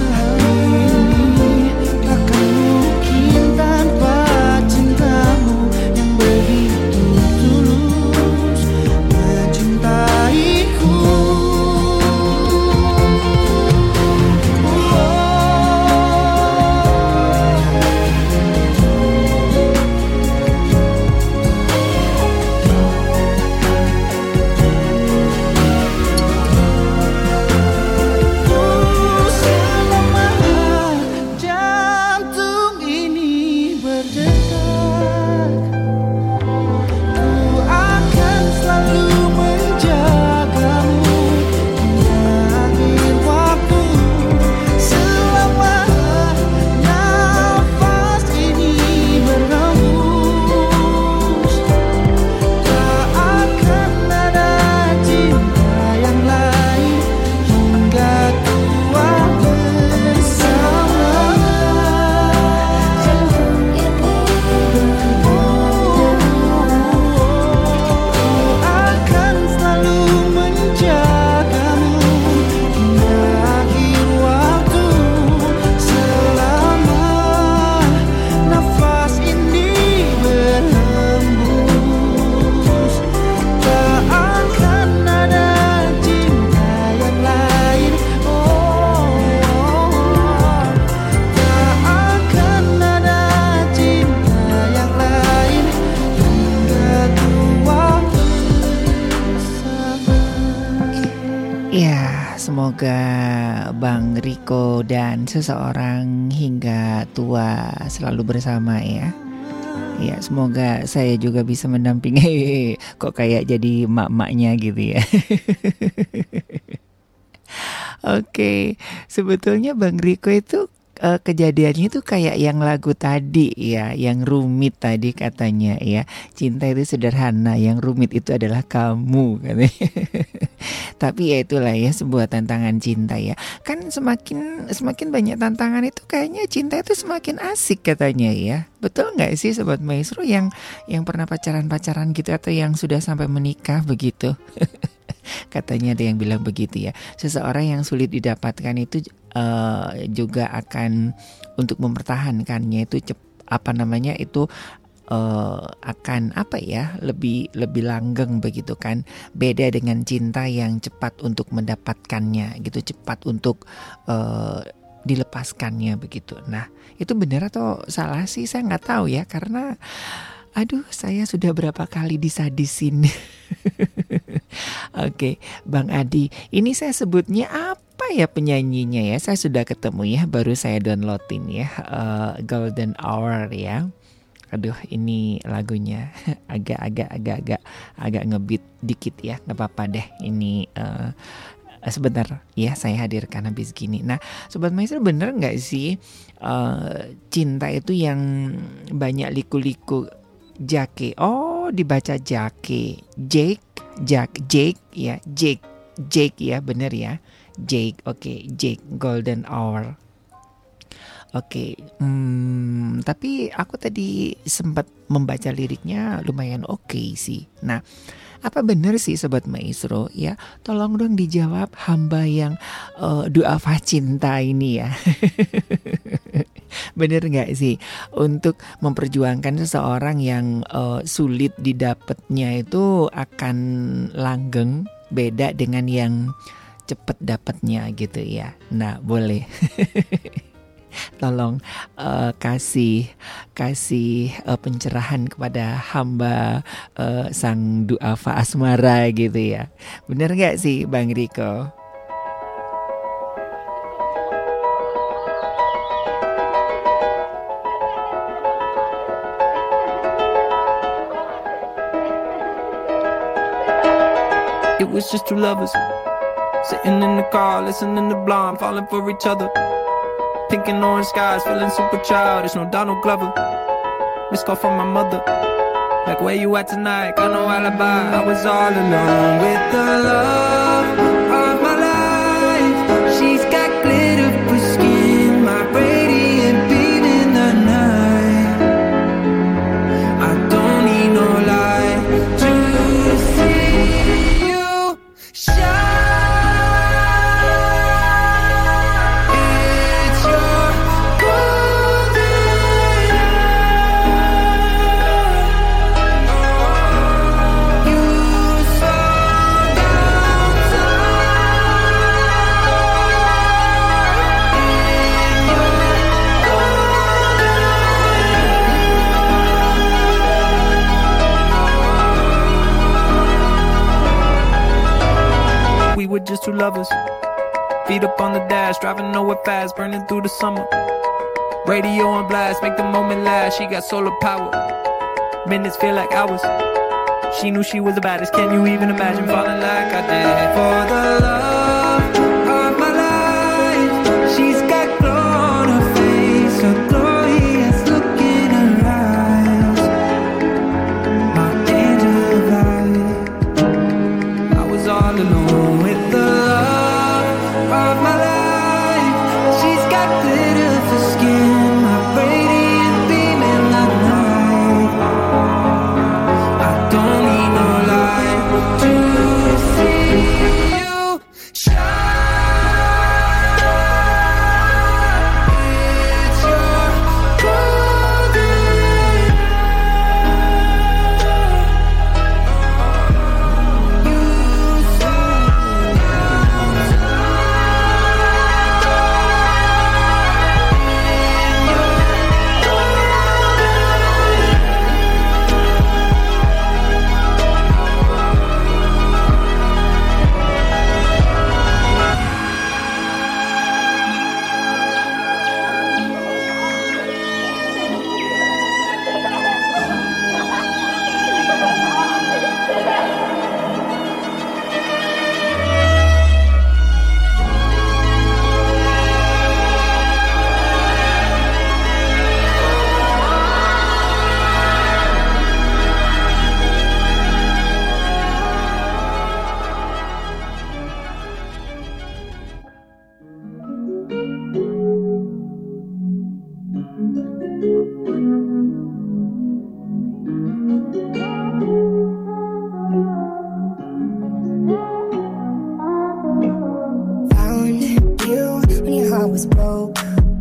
Ini takkan mungkin tanpa cintamu yang begitu tulus mencintaiku. Selama jantung ini berdetak, ku akan selalu menjagamu hingga akhir waktu. Selama nafas ini berhembus, tak akan ada cinta yang lain hingga tua bersama. Jantung ini akan selalu menjagamu hingga akhir waktu. Selama nafas ini berhembus, tak akan ada cinta yang lain. Tak akan ada cinta yang lain hingga tua bersama. Ya, semoga Bang Riko dan seseorang hingga tua selalu bersama ya. Ya, semoga saya juga bisa mendampingi. Kok kayak jadi mak-maknya gitu ya. Oke, sebetulnya Bang Riko itu kejadiannya itu kayak yang lagu tadi ya, yang rumit tadi katanya ya. Cinta itu sederhana, yang rumit itu adalah kamu katanya. Tapi ya itulah ya, sebuah tantangan cinta ya. Kan semakin banyak tantangan itu kayaknya cinta itu semakin asik katanya ya. Betul nggak sih Sobat Maestro yang pernah pacaran gitu atau yang sudah sampai menikah begitu? Katanya ada yang bilang begitu ya. Seseorang yang sulit didapatkan itu juga akan untuk mempertahankannya itu akan lebih langgeng begitu kan. Beda dengan cinta yang cepat untuk mendapatkannya gitu, cepat untuk dilepaskannya begitu. Nah, itu benar atau salah sih saya nggak tahu ya, karena saya sudah berapa kali disadisin. Oke, Bang Adi, ini saya sebutnya apa ya penyanyinya ya? Saya sudah ketemu ya, baru saya downloadin ya, Golden Hour ya. Aduh, ini lagunya agak ngebeat dikit ya, nggak apa-apa deh. Ini sebentar ya, saya hadirkan habis gini. Nah, Sobat Maestro, bener nggak sih cinta itu yang banyak liku-liku jake? Oh, Oh, dibaca Jake ya, Jake ya, bener ya, Jake. Oke, Jake Golden Hour. Oke, tapi aku tadi sempat membaca liriknya lumayan oke sih. Nah, apa benar sih Sobat Maestro ya? Tolong dong dijawab hamba yang duafa cinta ini ya. Bener gak sih untuk memperjuangkan seseorang yang sulit didapatnya itu akan langgeng, beda dengan yang cepet dapatnya gitu ya. Nah, boleh. Tolong kasih pencerahan kepada hamba sang duafa asmara gitu ya. Bener gak sih Bang Riko? It was just two lovers sitting in the car, listening to Blonde, falling for each other. Pink and orange skies, feeling super childish. No Donald Glover. Missed call from my mother. Like, where you at tonight? Got no alibi. I was all alone with the love of my life. She's got glitter for skin, my radiant beam in the night. I don't need no light to see you shine. We're just two lovers, feet up on the dash, driving nowhere fast, burning through the summer. Radio on blast, make the moment last. She got solar power, minutes feel like hours. She knew she was the baddest. Can you even imagine falling like I did for the love of my life? She's got glow on her face, a glorious look in her eyes. My angel of light. I was all alone with the love of my life. She's got glitter for skin, my radiant beam in the night. I don't need no light to see you shine. It's your golden Found you when your heart was broke.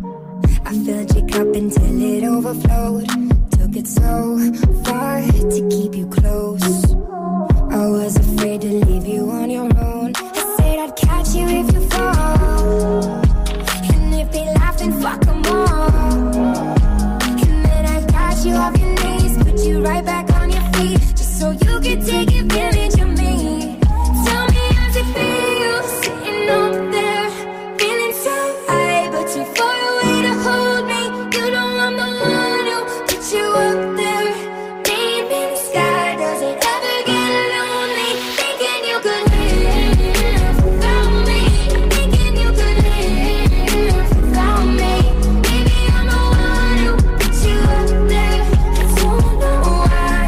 I filled your cup until it overflowed. Took it so far to keep you close. I was afraid to leave you on your own. I said I'd catch you if you fall, and if they laugh then fuck them all. And then I got you off your knees, put you right back on your feet, just so you could take advantage of me. Tell me how's it feel sitting up there, feeling so high, but too far away to hold me. You know I'm the one who put you up there, name in the sky. Does it ever get lonely thinking you could live without me? Thinking you could live without me? Maybe I'm the one who put you up there. I don't know why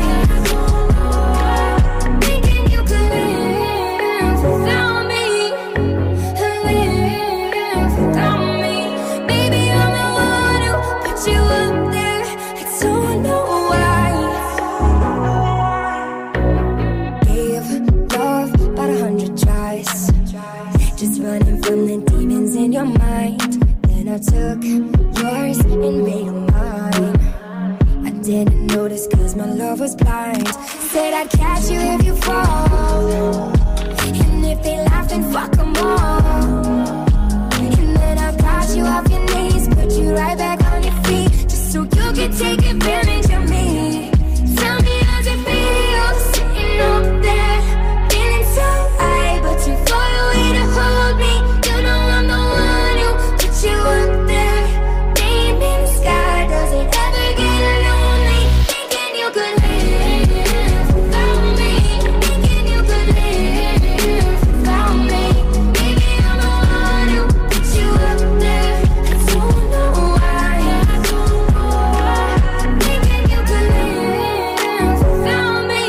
I took yours and made them mine. I didn't notice cause my love was blind. Said I'd catch you if you fall, and if they laugh then fuck them all. And then I got you off your knees, put you right back on your feet, just so you could take advantage of me. Tell me how's it feel sitting up there, feeling so high, but too far away to hold me. You know I'm the one who put you up there, name in the sky. Does it ever get lonely thinking you could live without me? Thinking you could live without me? Maybe I'm the one who put you up there. I don't know why. I don't know why. Thinking you could live without me.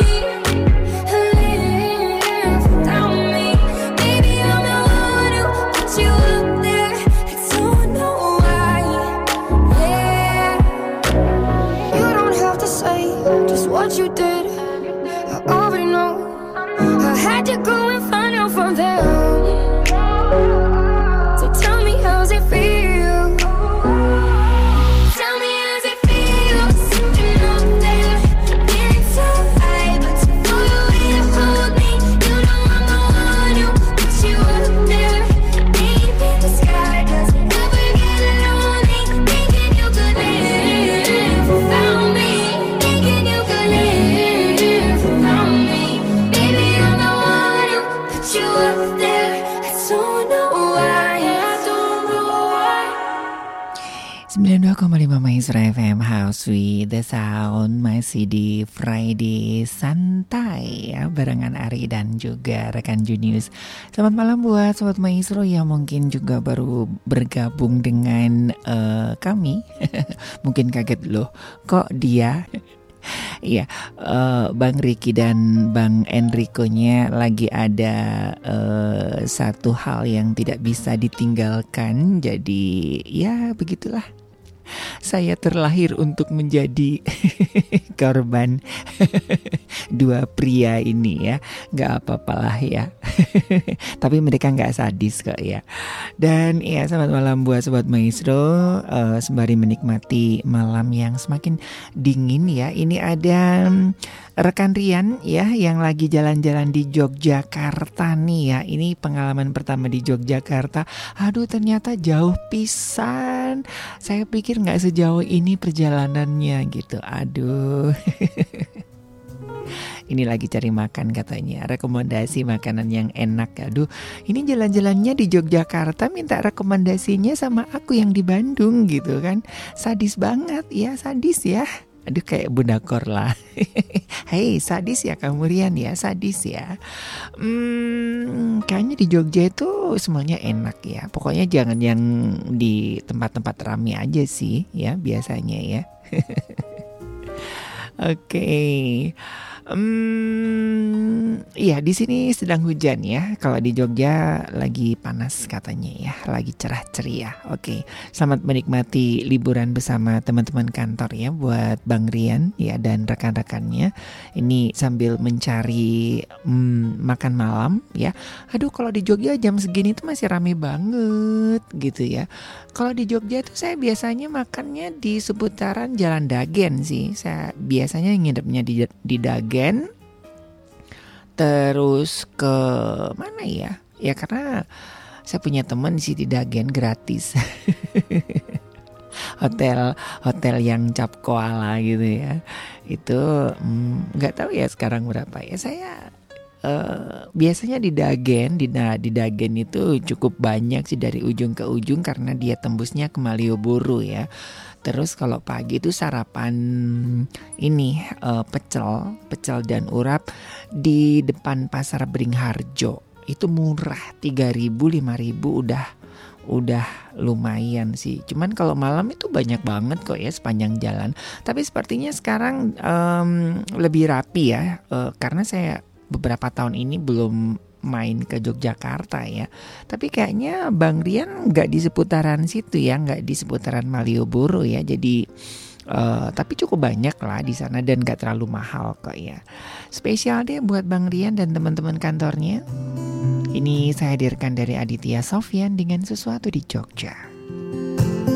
Live without me. Maybe I'm the one who put you up there. I don't know why. Yeah. You don't have to say just what you did. I already know. I had to go and find out from them. So tell me how's it feel? Tell me how's it feel sitting up there, feeling so high, but too far away to hold me. You know I'm the one who put you up there, deep in the sky. Does it ever get lonely thinking you could live without me? Thinking you could live without me? Baby, I'm the one who put you up there. I don't know why. I don't know why. 92,5 Maestro FM House with the Sound, masih di Friday Santai ya, barengan Ari dan juga rekan Junius. Selamat malam buat Sobat Maestro yang mungkin juga baru bergabung dengan kami. Mungkin kaget loh, kok dia Iya, Bang Ricky dan Bang Enrico-nya lagi ada satu hal yang tidak bisa ditinggalkan. Jadi ya begitulah, saya terlahir untuk menjadi korban dua pria ini ya. Gak apa-apalah ya. Tapi mereka gak sadis kok ya. Dan ya, selamat malam buat Sobat Maestro, sembari menikmati malam yang semakin dingin ya. Ini ada rekan Rian ya yang lagi jalan-jalan di Yogyakarta nih ya. Ini pengalaman pertama di Yogyakarta. Aduh, ternyata jauh pisan. Saya pikir gak sejauh ini perjalanannya gitu. Aduh. Ini lagi cari makan katanya, rekomendasi makanan yang enak. Aduh, ini jalan-jalannya di Yogyakarta minta rekomendasinya sama aku yang di Bandung gitu kan. Sadis banget ya, sadis ya. Aduh, kayak Bunda Korla. Hei, sadis ya kamu Rian ya, sadis ya. Kayaknya di Jogja itu semuanya enak ya. Pokoknya jangan yang di tempat-tempat ramai aja sih ya biasanya ya. Oke. Iya, di sini sedang hujan ya. Kalau di Jogja lagi panas katanya ya, lagi cerah ceria. Oke, selamat menikmati liburan bersama teman-teman kantor ya buat Bang Rian ya dan rekan-rekannya. Ini sambil mencari makan malam ya. Aduh, kalau di Jogja jam segini tuh masih rame banget gitu ya. Kalau di Jogja tuh saya biasanya makannya di seputaran Jalan Dagen sih. Saya biasanya nginepnya di Dagen. Terus ke mana ya? Ya karena saya punya teman di Dagen gratis. hotel yang cap koala gitu ya. Itu nggak tahu ya sekarang berapa ya. Saya biasanya di Dagen, di Dagen itu cukup banyak sih dari ujung ke ujung karena dia tembusnya ke Malioboro ya. Terus kalau pagi itu sarapan ini pecel dan urap di depan Pasar Beringharjo. Itu murah, 3.000, 5.000 udah lumayan sih. Cuman kalau malam itu banyak banget kok ya sepanjang jalan. Tapi sepertinya sekarang lebih rapi ya, karena saya beberapa tahun ini belum main ke Yogyakarta ya. Tapi kayaknya Bang Rian nggak di seputaran situ ya, nggak di seputaran Malioboro ya. Jadi tapi cukup banyak lah di sana dan nggak terlalu mahal kok ya. Spesial deh buat Bang Rian dan teman-teman kantornya. Ini saya hadirkan dari Aditya Sofyan dengan Sesuatu di Jogja.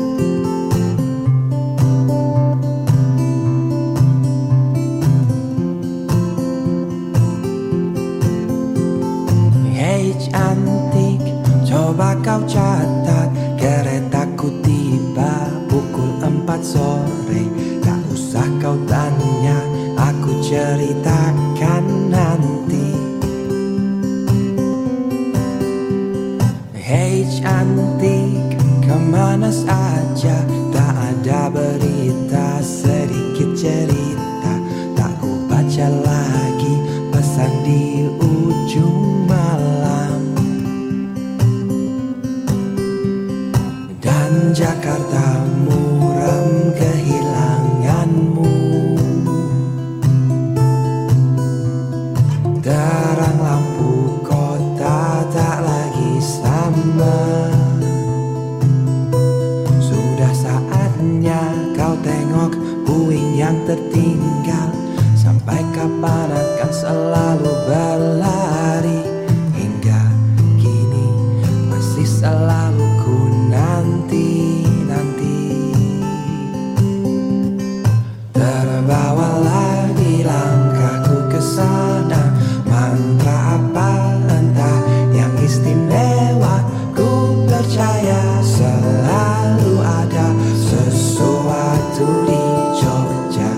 4 sore. Tak usah kau tanya, aku ceritakan nanti. Hey cantik, kemana saja? Tak ada berita, sedikit cerita. Tak ku baca lagi pesan di ujung malam. Dan Jakarta muram kehilanganmu. Terang lampu kota tak lagi sama. Sudah saatnya kau tengok puing yang tertinggal. Sampai kapan akan selalu berlari? Hingga kini masih selalu ku nanti-nanti. Terbawa lagi langkahku ke sana. Mantra apa entah yang istimewa. Ku percaya selalu ada sesuatu di Jogja.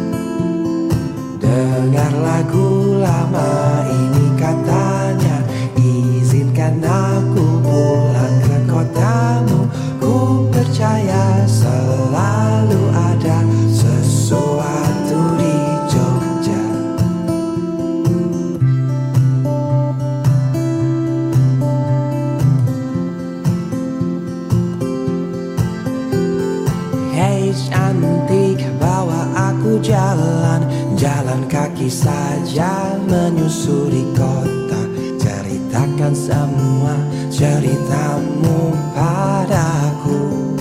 Dengar lagu lama ini katanya, izinkan aku pulang ke kotamu. Ku percaya selalu ada sesuatu di Jogja. Hey cantik, bawa aku jalan kaki saja menyusuri kota. Ceritakan semua ceritamu padaku.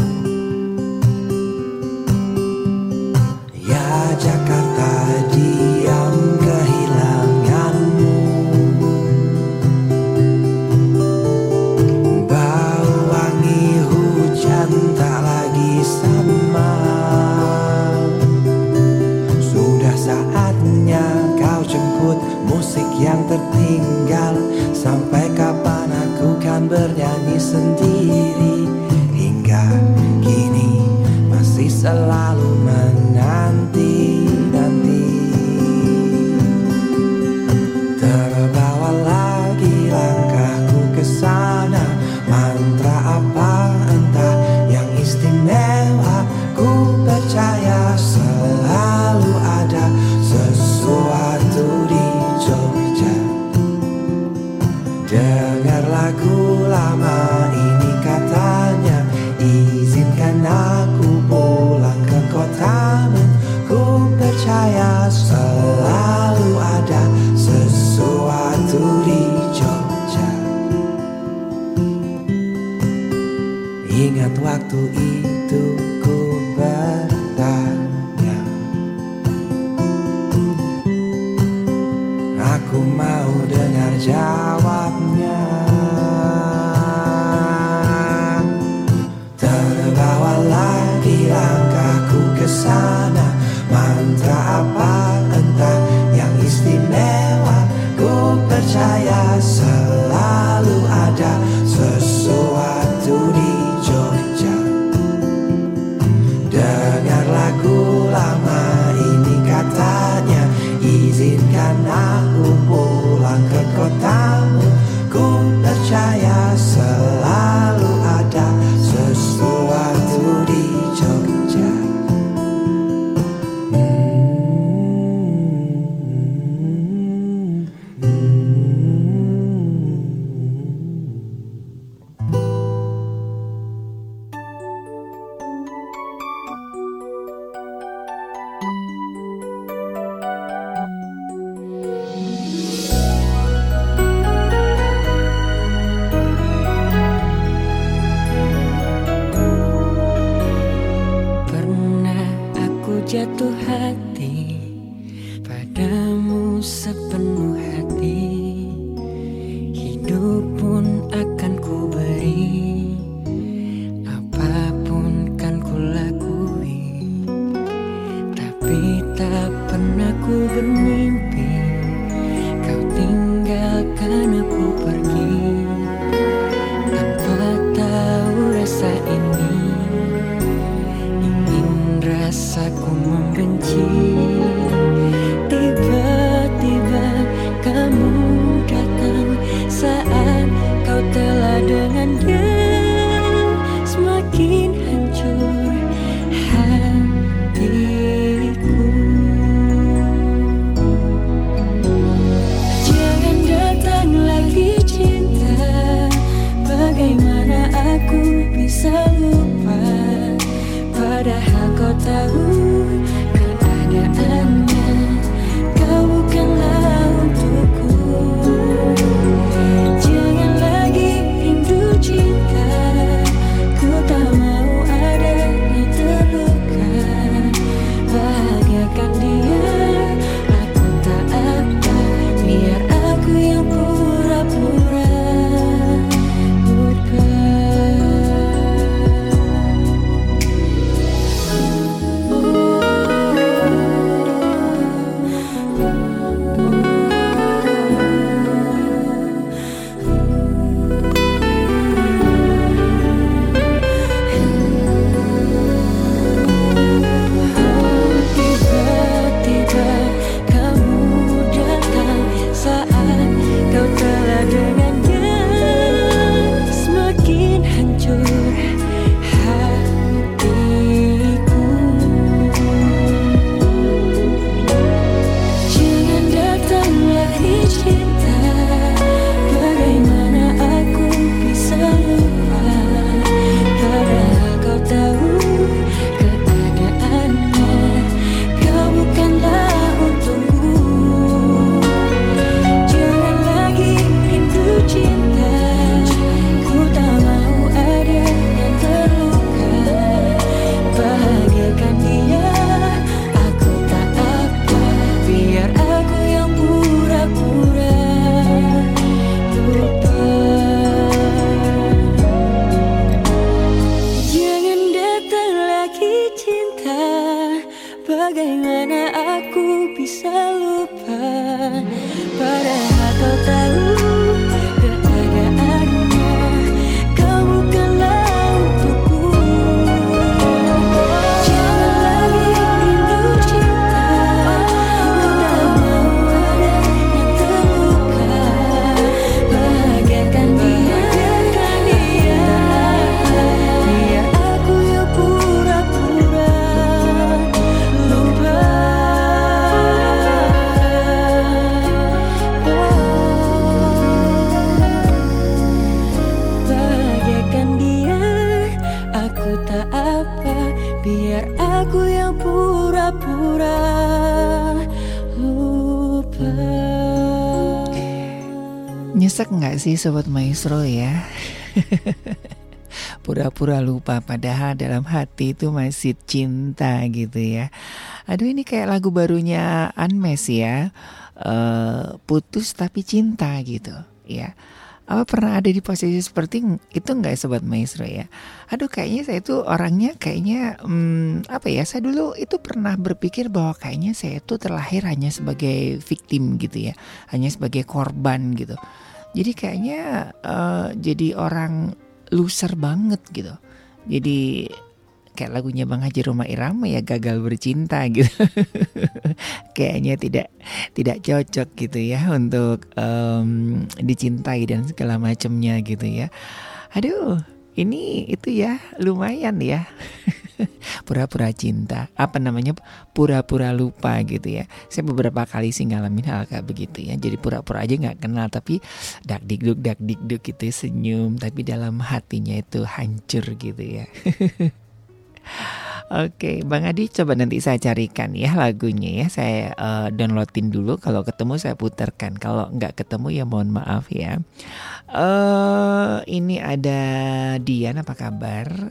Ya Jakarta diam kehilanganmu. Bau wangi hujan tak lagi sama. Sudah saatnya kau jemput musik yang tertinggal. Sampai kapan aku kan bernyanyi sendiri? Hingga kini masih selalu menanti-nanti. Terbawa lagi langkahku ke sana. Mantra apa entah yang istimewa. Ku percaya selalu ada sesuatu di Jogja. Dengar lagu lama ini katanya, izinkan aku pulang ke kotamu. Ku percaya selalu ada sesuatu di Jogja. Ingat waktu itu ku bertanya, aku mau dengar jawabnya. Terbawa lagi langkahku ke sana. Mantra apa entah yang istimewa. Ku percaya selalu ada sesuatu di Jogja. Dengar lagu lama ini katanya, izinkan aku pulang ke kotamu. Ku percaya selalu ada sesuatu di Jogja. Jatuh hati padamu sepenuh hati. Hidup pun akan ku beri, apapun kan ku lakui. Tapi tak pernah ku bermimpi kau tinggalkan aku pergi. Tanpa tahu rasa ini, ingin membenci. Tiba-tiba kamu datang saat kau telah dengan dia. Semakin hancur hatiku. Jangan datang lagi cinta. Bagaimana aku bisa lupa, padahal kau tahu keadaannya. Kau bukanlah untukku. Jangan lagi rindu cinta. Ku tak mau ada yang terluka. Bahagiakan dia. Aku tak apa, biar aku yang pura-pura lupa. Tiba-tiba kamu datang saat kau telah dengan dia. Semakin hancur hatiku. Jangan datang lagi cinta. Bagaimana aku bisa lupa, padahal kau tahu keadaannya. Kau bukanlah untukku. Jangan lagi rindu cinta. Ku tak mau ada yang terluka. Bahagiakan dia. Aku tak apa, biar aku yang pura-pura lupa. Jangan datang lagi cinta. Bagaimana aku bisa lupa, padahal kau tahu keadaannya. Kau bukanlah untukku. Jangan lagi rindu cinta. Ku tak mau ada yang terluka. Bahagiakan dia. Biar aku yang pura-pura lupa. Bahagiakan dia. Aku tak apa, biar aku yang pura-pura lupa. Nyesek nggak sih Sobat Maestro ya? Pura-pura lupa padahal dalam hati itu masih cinta gitu ya. Aduh, ini kayak lagu barunya Unmesh ya. Putus tapi cinta gitu ya. Apa pernah ada di posisi seperti itu nggak Sobat Maestro ya? Aduh, kayaknya saya itu orangnya kayaknya apa ya? Saya dulu itu pernah berpikir bahwa kayaknya saya itu terlahir hanya sebagai victim gitu ya, hanya sebagai korban gitu. Jadi kayaknya jadi orang loser banget gitu. Jadi kayak lagunya Bang Haji Rhoma Irama ya, gagal bercinta gitu. Kayaknya tidak cocok gitu ya untuk dicintai dan segala macamnya gitu ya. Aduh, ini itu ya lumayan ya. Pura-pura cinta, apa namanya, pura-pura lupa gitu ya. Saya beberapa kali sih ngalamin hal kayak begitu ya. Jadi pura-pura aja nggak kenal tapi dak dikduk gitu ya, senyum tapi dalam hatinya itu hancur gitu ya. Oke, Bang Adi coba nanti saya carikan ya lagunya ya. Saya downloadin dulu, kalau ketemu saya putarkan. Kalau nggak ketemu ya mohon maaf ya. Ini ada Dian, apa kabar?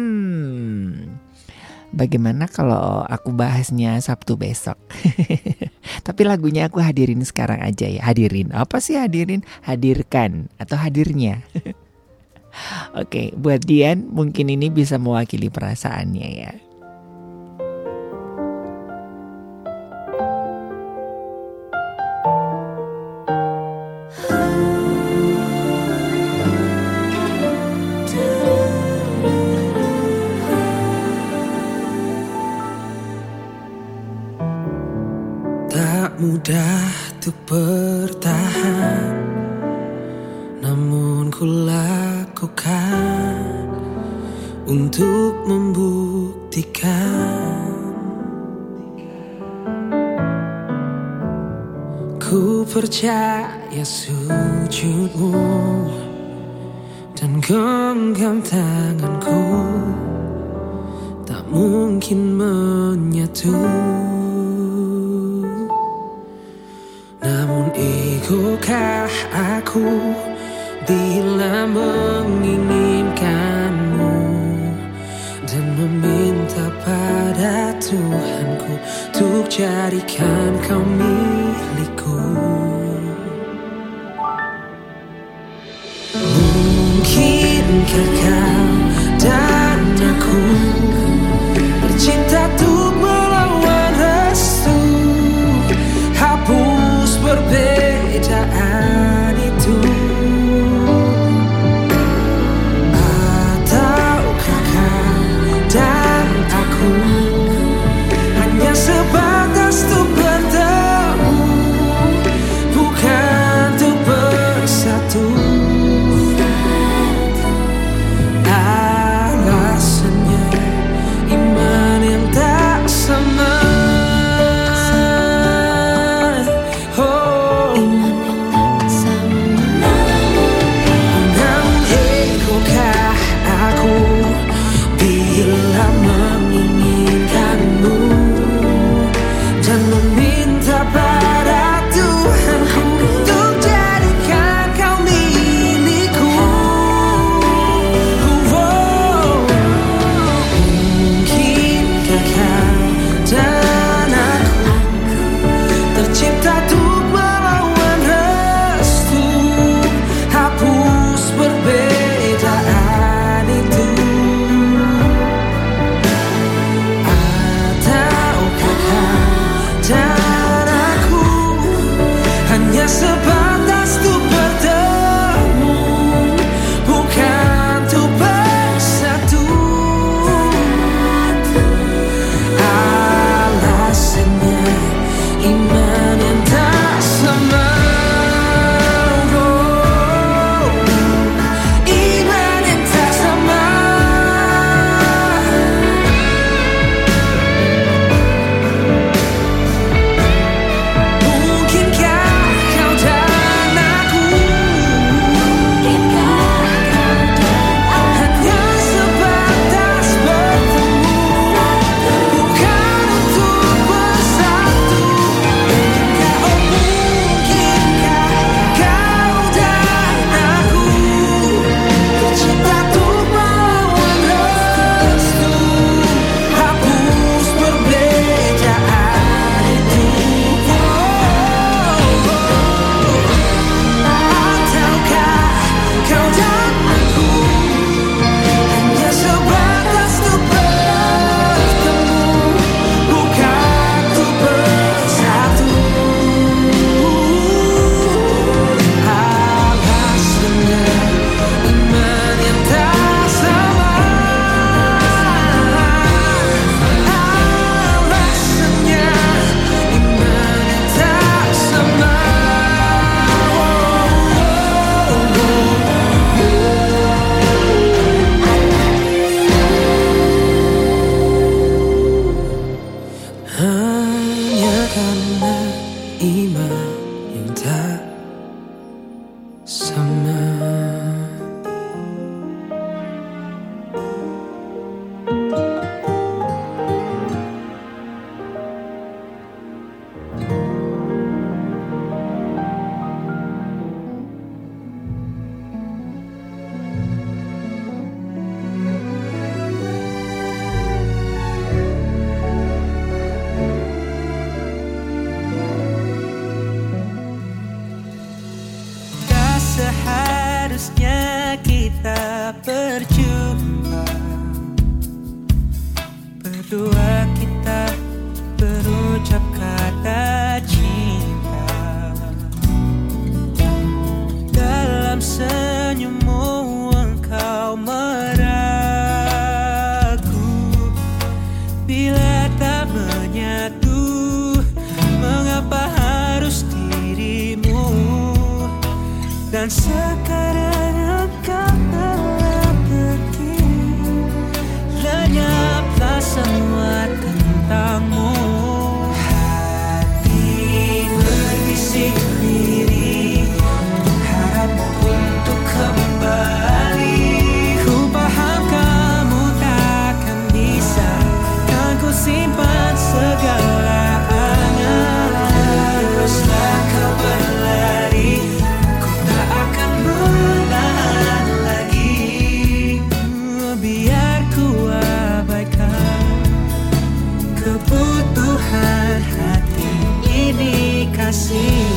Bagaimana kalau aku bahasnya Sabtu besok? Tapi lagunya aku hadirin sekarang aja ya. Hadirin, apa sih hadirin? Hadirkan atau hadirnya? Oke, buat Dian mungkin ini bisa mewakili perasaannya ya. mudah untuk bertahan, namun ku lakukan untuk membuktikan. Ku percaya sujudmu dan genggam tanganku tak mungkin menyatu. Namun egokah aku bila menginginkanmu dan meminta pada Tuhanku untuk jadikan kau milikku. Mungkinkah kau dan aku tercipta untuk melawan restu, hapus perbedaan itu? Ataukah kau dan aku hanya sebatas untuk bertemu, bukan untuk bersatu? Alasannya iman yang tak sama. Namun egokah aku bila menginginkanmu dan meminta pada Tuhanku untuk jadikan kau milikku. Mungkinkah kau dan aku tercipta untuk melawan restu, hapus perbedaan itu? Ataukah kau dan aku hanya sebatas untuk bertemu, bukan untuk bersatu? Alasannya iman yang tak sama. Iman yang tak sama. Mungkinkah kau dan aku hanya sebatas bertemu, bukan untuk bersatu? Mungkinkah kau dan aku tercipta untuk melawan restu, hapus perbedaan itu? Ataukah kau dan aku hanya sebatas untuk bertemu, bukan untuk bersatu? Alasannya iman yang tak sama. Alasannya iman yang tak sama. Hanya karena iman yang tak sama. Tak seharusnya kita berjumpa, berdua kita berucap kata cinta. Dalam senyummu engkau meragu, bila tak menyatu, mengapa Dan sekarang engkau telah pergi, lenyaplah semua tentangmu. Hati berbisik diri, harap untuk kembali. Ku paham kamu takkan bisa, kan ku simpan segala angan. Teruslah kau berlari, ku tak akan menahan lagi. Biar ku abaikan kebutuhan hati ini kasih.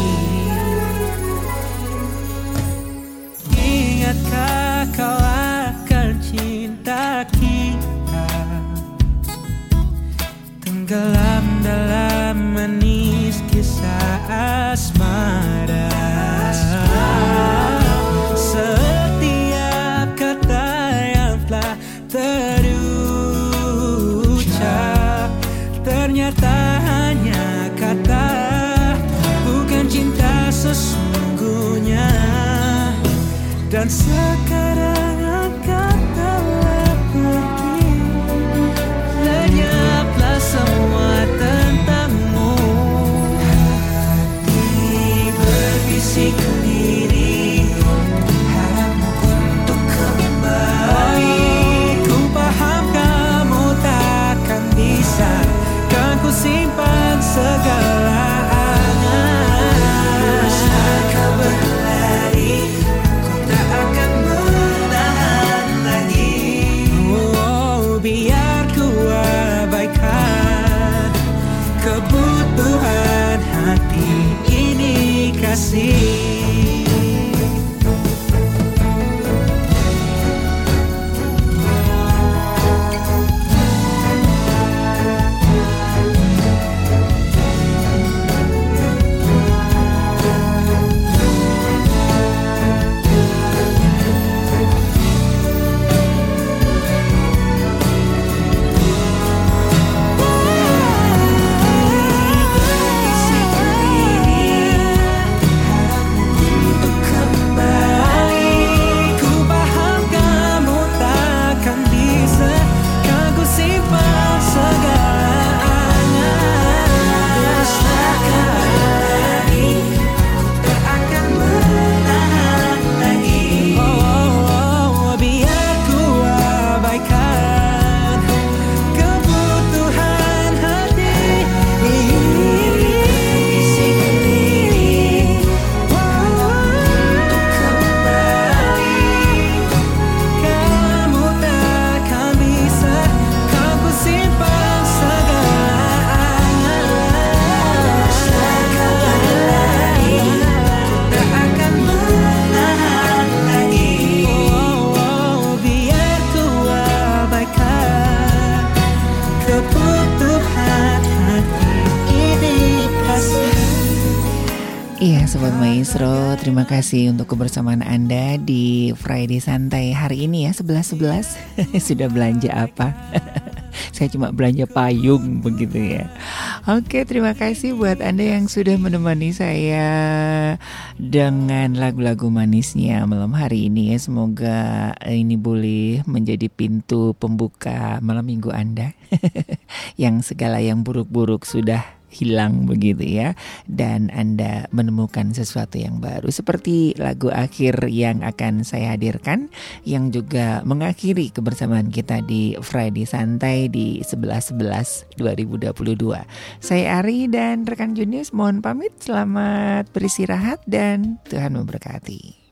Ingatkah kau akan cinta kita tenggelam dalam manis kisah asmara. Setiap kata yang telah terucap ternyata hanya kata, bukan cinta sesungguhnya. Dan sekarang engkau telah pergi, lenyaplah semua tentangmu. Hati berbisik diri, harap untuk kembali. Ku paham kamu takkan bisa, kan ku simpan segala angan. Teruslah kau berlari, ku tak akan menahan lagi. Biar ku abaikan kebutuhan hati ini kasih. Iya Sobat Maestro, terima kasih untuk kebersamaan Anda di Friday Santai hari ini ya, 11.11. Sudah belanja apa? Saya cuma belanja payung begitu ya. Oke, terima kasih buat Anda yang sudah menemani saya dengan lagu-lagu manisnya malam hari ini ya. Semoga ini boleh menjadi pintu pembuka malam minggu Anda. Yang segala yang buruk-buruk sudah hilang begitu ya, dan Anda menemukan sesuatu yang baru seperti lagu akhir yang akan saya hadirkan yang juga mengakhiri kebersamaan kita di Friday Santai di 11.11.2022. Saya Ari dan rekan Junius mohon pamit, selamat beristirahat dan Tuhan memberkati.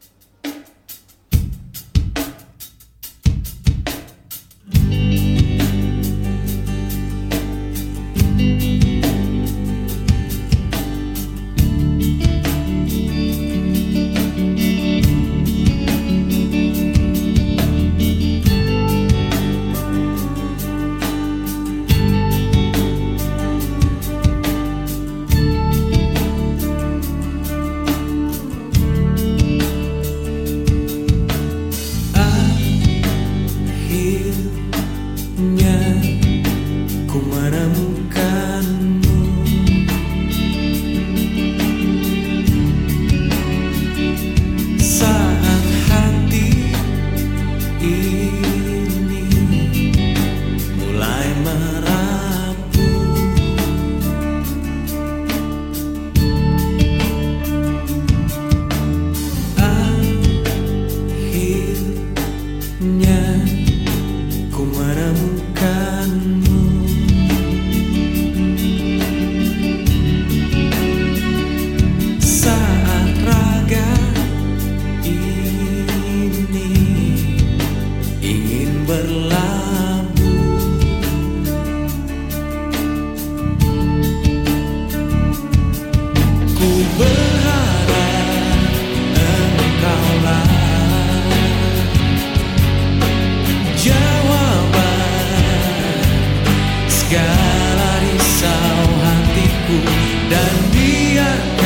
segala risau hatiku dan biar